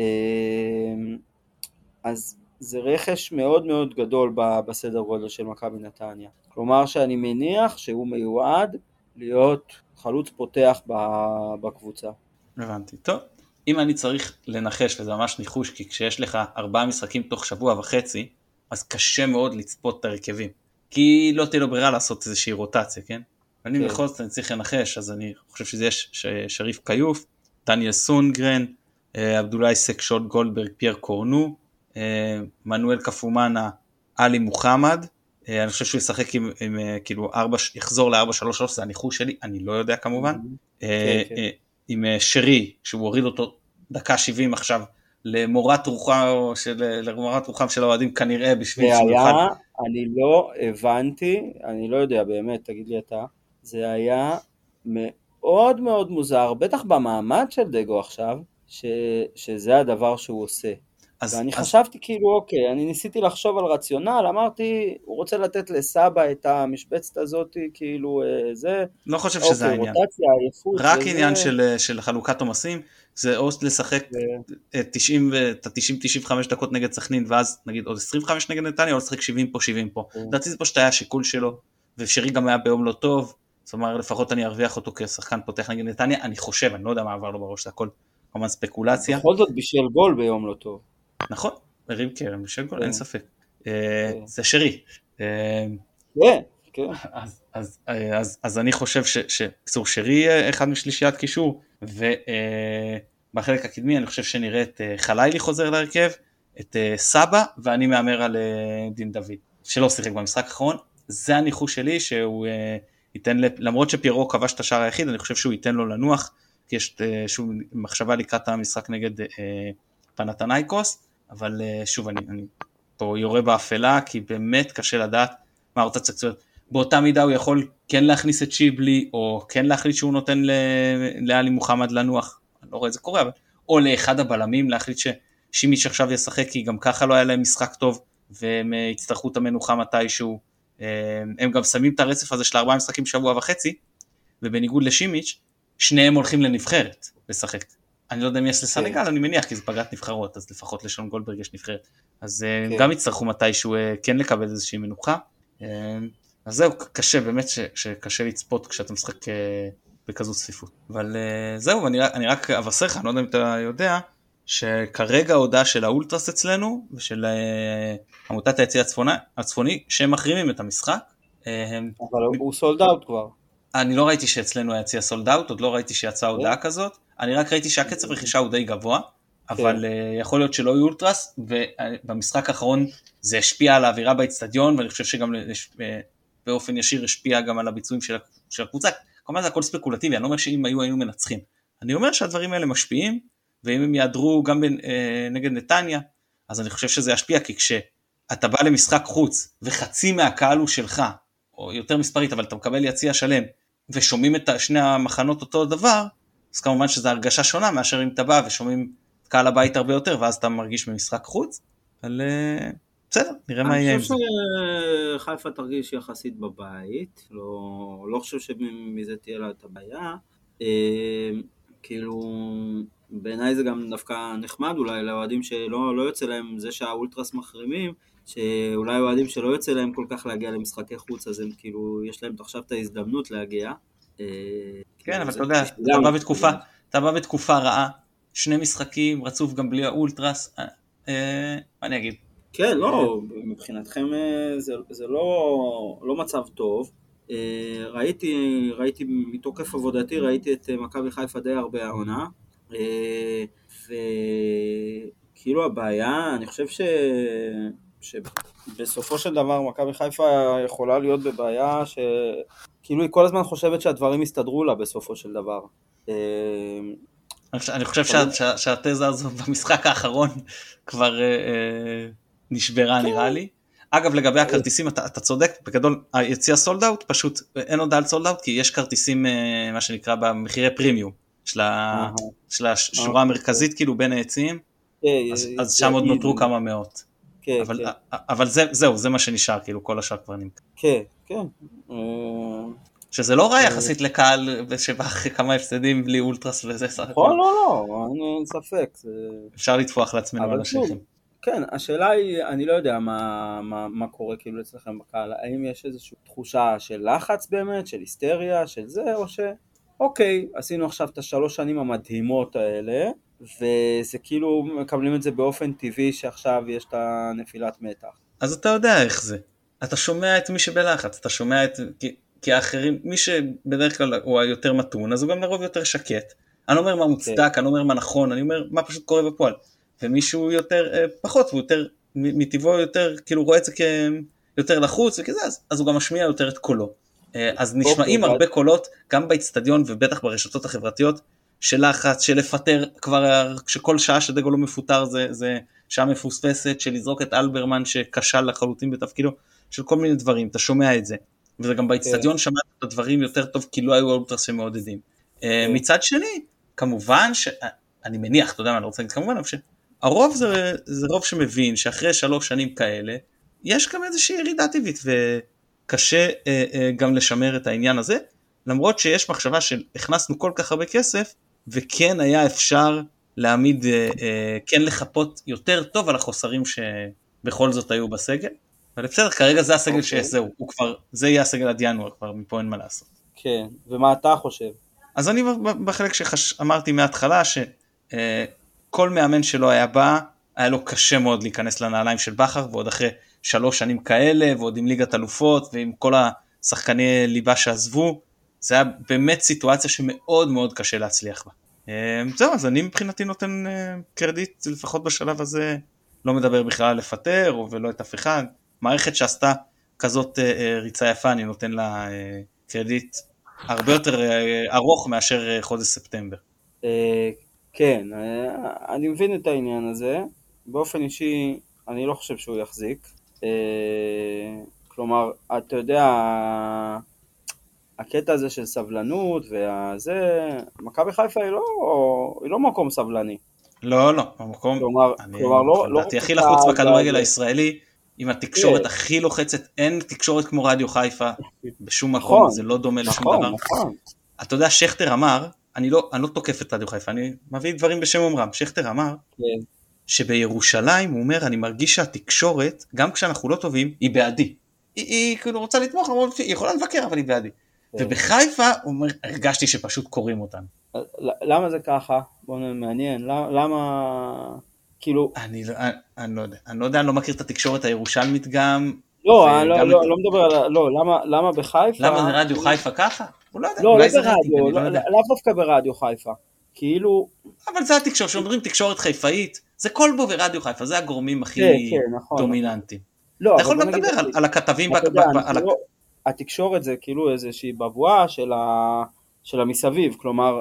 אז זה רכש מאוד מאוד גדול בסדר גודל של מכבי נתניה, כלומר שאני מניח שהוא מיועד להיות חלוץ פותח בקבוצה. הבנתי, טוב, אם אני צריך לנחש, וזה ממש ניחוש, כי כשיש לך 4 משחקים תוך שבוע וחצי, אז קשה מאוד לצפות את הרכבים, כי לא תהיה לו ברירה לעשות איזושהי רוטציה, כן? אני בכל זאת אני צריך לנחש, אז אני חושב שזה יש שריף קיוף, דניאל סונגרן, עבדולאי סקשול גולדברג, פייר קורנו, מנואל קפומנה, עלי מוחמד, אני חושב שהוא ישחק עם כאילו יחזור ל-4-3-3, זה הניחוש שלי, אני לא יודע כמובן, עם שרי, שהוא הוריד אותו דקה 70 עכשיו למורת רוחם של האוהדים כנראה בשביל זה שהוא היה, יוכל. אני לא הבנתי, אני לא יודע באמת, תגיד לי אתה, זה היה מאוד מאוד מוזר, בטח במעמד של דגו עכשיו, שזה הדבר שהוא עושה. ואני אז חשבתי כאילו, אוקיי, אני ניסיתי לחשוב על רציונל, אמרתי, הוא רוצה לתת לסבא את המשבצת הזאת, כאילו, זה, לא חושב שזה אוקיי, העניין. רוטציה, עייפות רק עניין וזה, של חלוקת עומסים, זה או לשחק ו- 90-95 דקות נגד סכנין, ואז נגיד עוד 25 נגד נתניה, או לשחק 70 פה, 70 פה. לדעתי זה פשוט היה השיקול שלו, ואפשרי גם היה ביום לא טוב, זאת אומרת, לפחות אני ארוויח אותו כשחקן פותח נגד נתניה, אני חושב, אני לא יודע מה עבר לו בראש, זה הכל כמובן ספקולציה. בכל זאת בשל גול ביום לא טוב. נכון, הרים קרם בשל גול, אין כן, ספק. כן. זה שרי. כן, כן. אז אני חושב שבקיצור שרי אחד משלישיית קישור, ובחלק הקדמי אני חושב שנראה את חלילי חוזר להרכב, את סבא, ואני מאמר על דין דוד, שלא שיחק במשחק האחרון. זה הניחוש שלי, שהוא ייתן, למרות שפיירו כבש את השער היחיד, אני חושב שהוא ייתן לו לנוח, כי יש שוב מחשבה לקראת המשחק נגד פנתנייקוס, אבל שוב אני פה יורה באפלה, כי באמת קשה לדעת מה רוטציה קצועית. באותה מידה הוא יכול כן להכניס את שיבלי, או כן להחליט שהוא נותן לאלי מוחמד לנוח, אני לא רואה את זה קורה, אבל, או לאחד הבלמים להחליט ששימיץ' עכשיו ישחק, כי גם ככה לא היה להם משחק טוב, והם יצטרכו את המנוחה מתישהו, הם גם שמים את הרצף הזה של 4 משחקים שבוע וחצי, ובניגוד לשימיץ', שניהם הולכים לנבחרת לשחק. אני לא יודע אם יש לסנגל, אני מניח, כי זה פגרת נבחרות, אז לפחות לשון גולדברג יש נבחרת. אז גם יצטרכו מתישהו כן לקבל איזושהי מנוחה. אז זהו, קשה, באמת שקשה לצפות כשאתה משחק בכזו צפיפות. אבל זהו, אני רק אבשר לך, אני לא יודע אם אתה יודע, שכרגע ההודעה של האולטרס אצלנו, ושל עמותת היציא הצפוני, שהם מחרימים את המשחק. אבל הוא סולד אאוט כבר. אני לא ראיתי שאצלנו היציע סולד אאוט, עוד לא ראיתי שיצאה הודעה כזאת, אני רק ראיתי שהקצב רכישה הוא די גבוה, אבל יכול להיות שלא יהיו אולטרס, ובמשחק האחרון זה השפיע על האווירה באצטדיון, ואני חושב שגם באופן ישיר השפיע גם על הביצועים של הקבוצה. כלומר זה הכל ספקולטיבי, אני לא אומר שאם היינו מנצחים, אני אומר שהדברים האלה משפיעים, ואם הם יעדרו גם נגד נתניה, אז אני חושב שזה ישפיע, כי כשאתה בא למשחק חוץ, וחצי מהקהל הוא שלך, או יותר מספרית, אבל אתה מקבל יציע שלם, ושומעים את שני המחנות אותו דבר, אז כמובן שזו הרגשה שונה, מאשר אם אתה בא ושומעים את קהל הבית הרבה יותר, ואז אתה מרגיש במשחק חוץ, אבל בסדר, נראה מה יהיה עם זה. אני חושב שחיפה תרגיש יחסית בבית, לא חושב שמזה תהיה לה את הבעיה, כאילו בעיניי זה גם דווקא נחמד אולי לאוהדים שלא יוצא להם זה שהאולטרס מחרימים, שאולי אוהדים שלא יוצא להם כל כך להגיע למשחקי חוץ, אז הם כאילו יש להם עכשיו את ההזדמנות להגיע. כן, אבל אתה יודע, אתה בא בתקופה רעה, 2 משחקים, רצוף גם בלי האולטרס, מה אני אגיד? כן, לא, מבחינתכם זה לא מצב טוב. ראיתי מתוקף עבודתי, ראיתי את מכבי חיפה די הרבה העונה, וכאילו הבעיה, אני חושב שבסופו של דבר מכבי חיפה יכולה להיות בבעיה שכאילו היא כל הזמן חושבת שהדברים יסתדרו לה בסופו של דבר. אני חושב שהתזה הזו במשחק האחרון כבר נשברה נראה לי. אגב, לגבי הכרטיסים, אתה צודק, בגדול היציע סולד אאוט, פשוט אין הודעה על סולד אאוט, כי יש כרטיסים, מה שנקרא, במחירי פרימיום, של השורה המרכזית, כאילו בין היציעים, אז שם עוד נותרו כמה מאות. אבל זהו, זה מה שנשאר, כאילו כל השאר כבר נמכר. כן, כן. שזה לא רע יחסית לקהל, שבא אחרי כמה הפסדים בלי אולטרס וזה סך הכל. לא, אין ספק. אפשר לתפוח לעצמנו על השכים. כן, השאלה היא, אני לא יודע מה קורה כאילו אצלכם בקהל, האם יש איזושהי תחושה של לחץ באמת, של היסטריה, של זה, או אוקיי, עשינו עכשיו את 3 שנים המדהימות האלה, וזה כאילו מקבלים את זה באופן טבעי שעכשיו יש את הנפילת מתח. אז אתה יודע איך זה, אתה שומע את מי שבלחץ, אתה שומע את, כי האחרים, מי שבדרך כלל הוא היותר מתון, אז הוא גם לרוב יותר שקט, אני לא אומר מה מוצדק, אני לא אומר מה נכון, אני אומר מה פשוט קורה בפועל. ומישהו יותר פחות, והוא יותר, מטבעו יותר, כאילו רואה את זה כיותר לחוץ וכזה, אז הוא גם משמיע יותר את קולו. אז נשמעים הרבה קולות, גם באצטדיון ובטח ברשתות החברתיות, של לחץ, של לפטר כבר, כשכל שעה שדגו לא מפוטר זה שעה מפוספסת, של לזרוק את אלברמן שקשל לחלוטין בתפקידו, של כל מיני דברים, אתה שומע את זה, וזה גם באצטדיון שמעת את הדברים יותר טוב, כי לא היו אולטרס שמעודדים. מצד שני, כמובן שאני מניח, אתה יודע מה, אני רוצה להגיד כמובן, אבל שהרוב זה רוב שמבין שאחרי 3 שנים כאלה, יש גם איזושהי ירידה טבעית, וקשה גם לשמר את העניין הזה, למרות שיש מחשבה שהכנסנו כל כך הרבה כסף, וכן היה אפשר להעמיד, כן לחפות יותר טוב על החוסרים שבכל זאת היו בסגל, אבל בסדר, כרגע זה הסגל שזהו, זה יהיה הסגל עד ינואר, כבר מפה אין מה לעשות. כן, ומה אתה חושב? אז אני בחלק שאמרתי מההתחלה, שכל מאמן שלו היה בא, היה לו קשה מאוד להיכנס לנעליים של בכר, ועוד אחרי 3 שנים כאלה, ועוד עם ליגת אלופות, ועם כל השחקני ליבה שעזבו, זה היה באמת סיטואציה שמאוד מאוד קשה להצליח בה. זהו, אז אני מבחינתי נותן קרדיט, לפחות בשלב הזה, לא מדבר בכלל לפטר, ולא את אף אחד. מערכת שעשתה כזאת ריצה יפה, אני נותן לה קרדיט הרבה יותר ארוך מאשר חודש ספטמבר. כן, אני מבין את העניין הזה. באופן אישי, אני לא חושב שהוא יחזיק. כלומר, אתה יודע, הקטע הזה של סבלנות והזה, מכבי חיפה היא לא מקום סבלני. לא, המקום, כלומר, לא... לדעתי הכי לחוץ בכדורגל הישראלי, עם התקשורת הכי לוחצת, אין תקשורת כמו רדיו חיפה, בשום מקום, זה לא דומה לשום דבר. אתה יודע, שכטר אמר, אני לא תוקף את רדיו חיפה, אני מביא דברים בשם אומרם, שכטר אמר, שבירושלים, הוא אומר, אני מרגיש שהתקשורת, גם כשאנחנו לא טובים, היא בעדי. היא כאילו רוצה לתמוך, היא יכולה לבקר, אבל היא בעדי. ובחיפה, הוא אומר, הרגשתי שפשוט קוראים אותנו. למה זה ככה? בוא מעניין, למה, כאילו... אני לא יודע, אני לא מכיר את התקשורת הירושלמית גם. לא, אני לא מדבר על... לא, למה בחיפה... למה זה רדיו חיפה ככה? הוא לא יודע. לא ברדיו, לא דווקא ברדיו חיפה. כאילו... אבל זה התקשורת, שאומרים תקשורת חיפאית, זה כל בו ורדיו חיפה, זה הגורמים הכי דומיננטיים. אתה יכול גם לדבר על הכתבים... התקשורת זה כאילו איזושהי בבואה של המסביב, כלומר,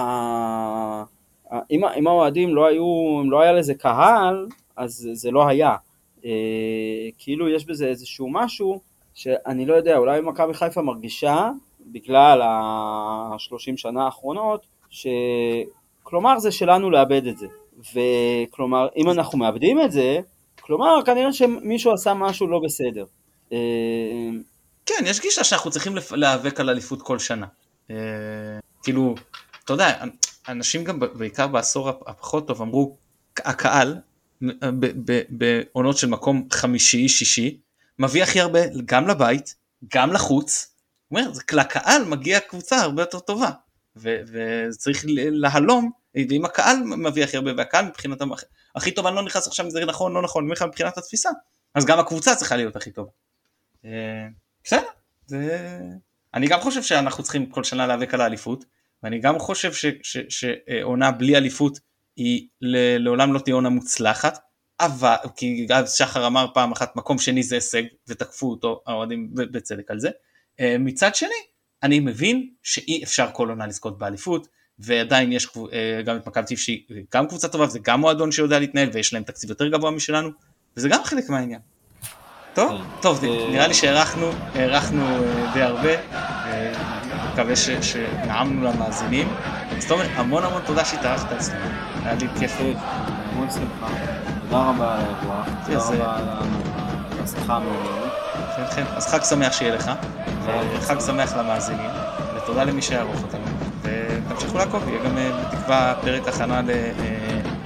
אם האוהדים לא היו, אם לא היה לזה קהל, אז זה לא היה. כאילו יש בזה איזשהו משהו, שאני לא יודע, אולי מכבי חיפה מרגישה, בגלל 30 שנה האחרונות, כלומר זה שלנו לאבד את זה. וכלומר, אם אנחנו מאבדים את זה, כלומר, כנראה שמישהו עשה משהו לא בסדר. כן, יש גישה שאנחנו צריכים להיאבק על אליפות כל שנה. כאילו, אתה יודע, אנשים גם בעיקר בעשור הפחות טוב אמרו, הקהל בעונות של מקום 5-6, מביא הכי הרבה גם לבית, גם לחוץ, הוא אומר, לקהל מגיע קבוצה הרבה יותר טובה, וצריך להלום, ואם הקהל מביא הכי הרבה, והקהל מבחינת הכי טוב, אני לא נכנס עכשיו אם זה נכון, לא נכון, מבחינת התפיסה, אז גם הקבוצה צריכה להיות הכי טובה. בסדר, אני גם חושב שאנחנו צריכים כל שנה להיאבק על האליפות, ואני גם חושב שעונה בלי אליפות היא לעולם לא תהיה עונה מוצלחת, אבל, כי שחר אמר פעם אחת, מקום שני זה הישג, ותקפו אותו האוהדים בצדק על זה. מצד שני, אני מבין שאי אפשר כל עונה לזכות באליפות, ועדיין יש גם את מכבי תל-אביב שהיא גם קבוצה טובה, וזה גם מועדון שיודע להתנהל, ויש להם תקציב יותר גבוה משלנו, וזה גם חלק מהעניין. טוב, נראה לי שהערכנו די הרבה, מקווה שנעמנו למאזינים. זאת אומרת, המון תודה שהתארחת אצלנו, היה לי כיף. המון שמחה, תודה רבה על האירוע, תודה רבה על השיחה המעניינת. אז חג שמח שיהיה לך, וחג שמח למאזינים, ותודה למי שיערוך אותנו, ותמשיכו לעקוב, יהיה גם בתקווה פרק הכנה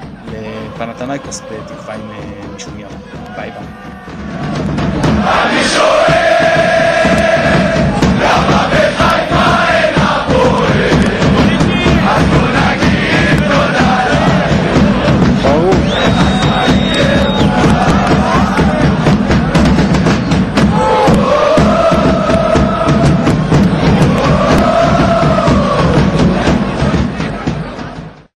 לפנתנייקוס בתקווה עם מישהו מיום. ביי ביי.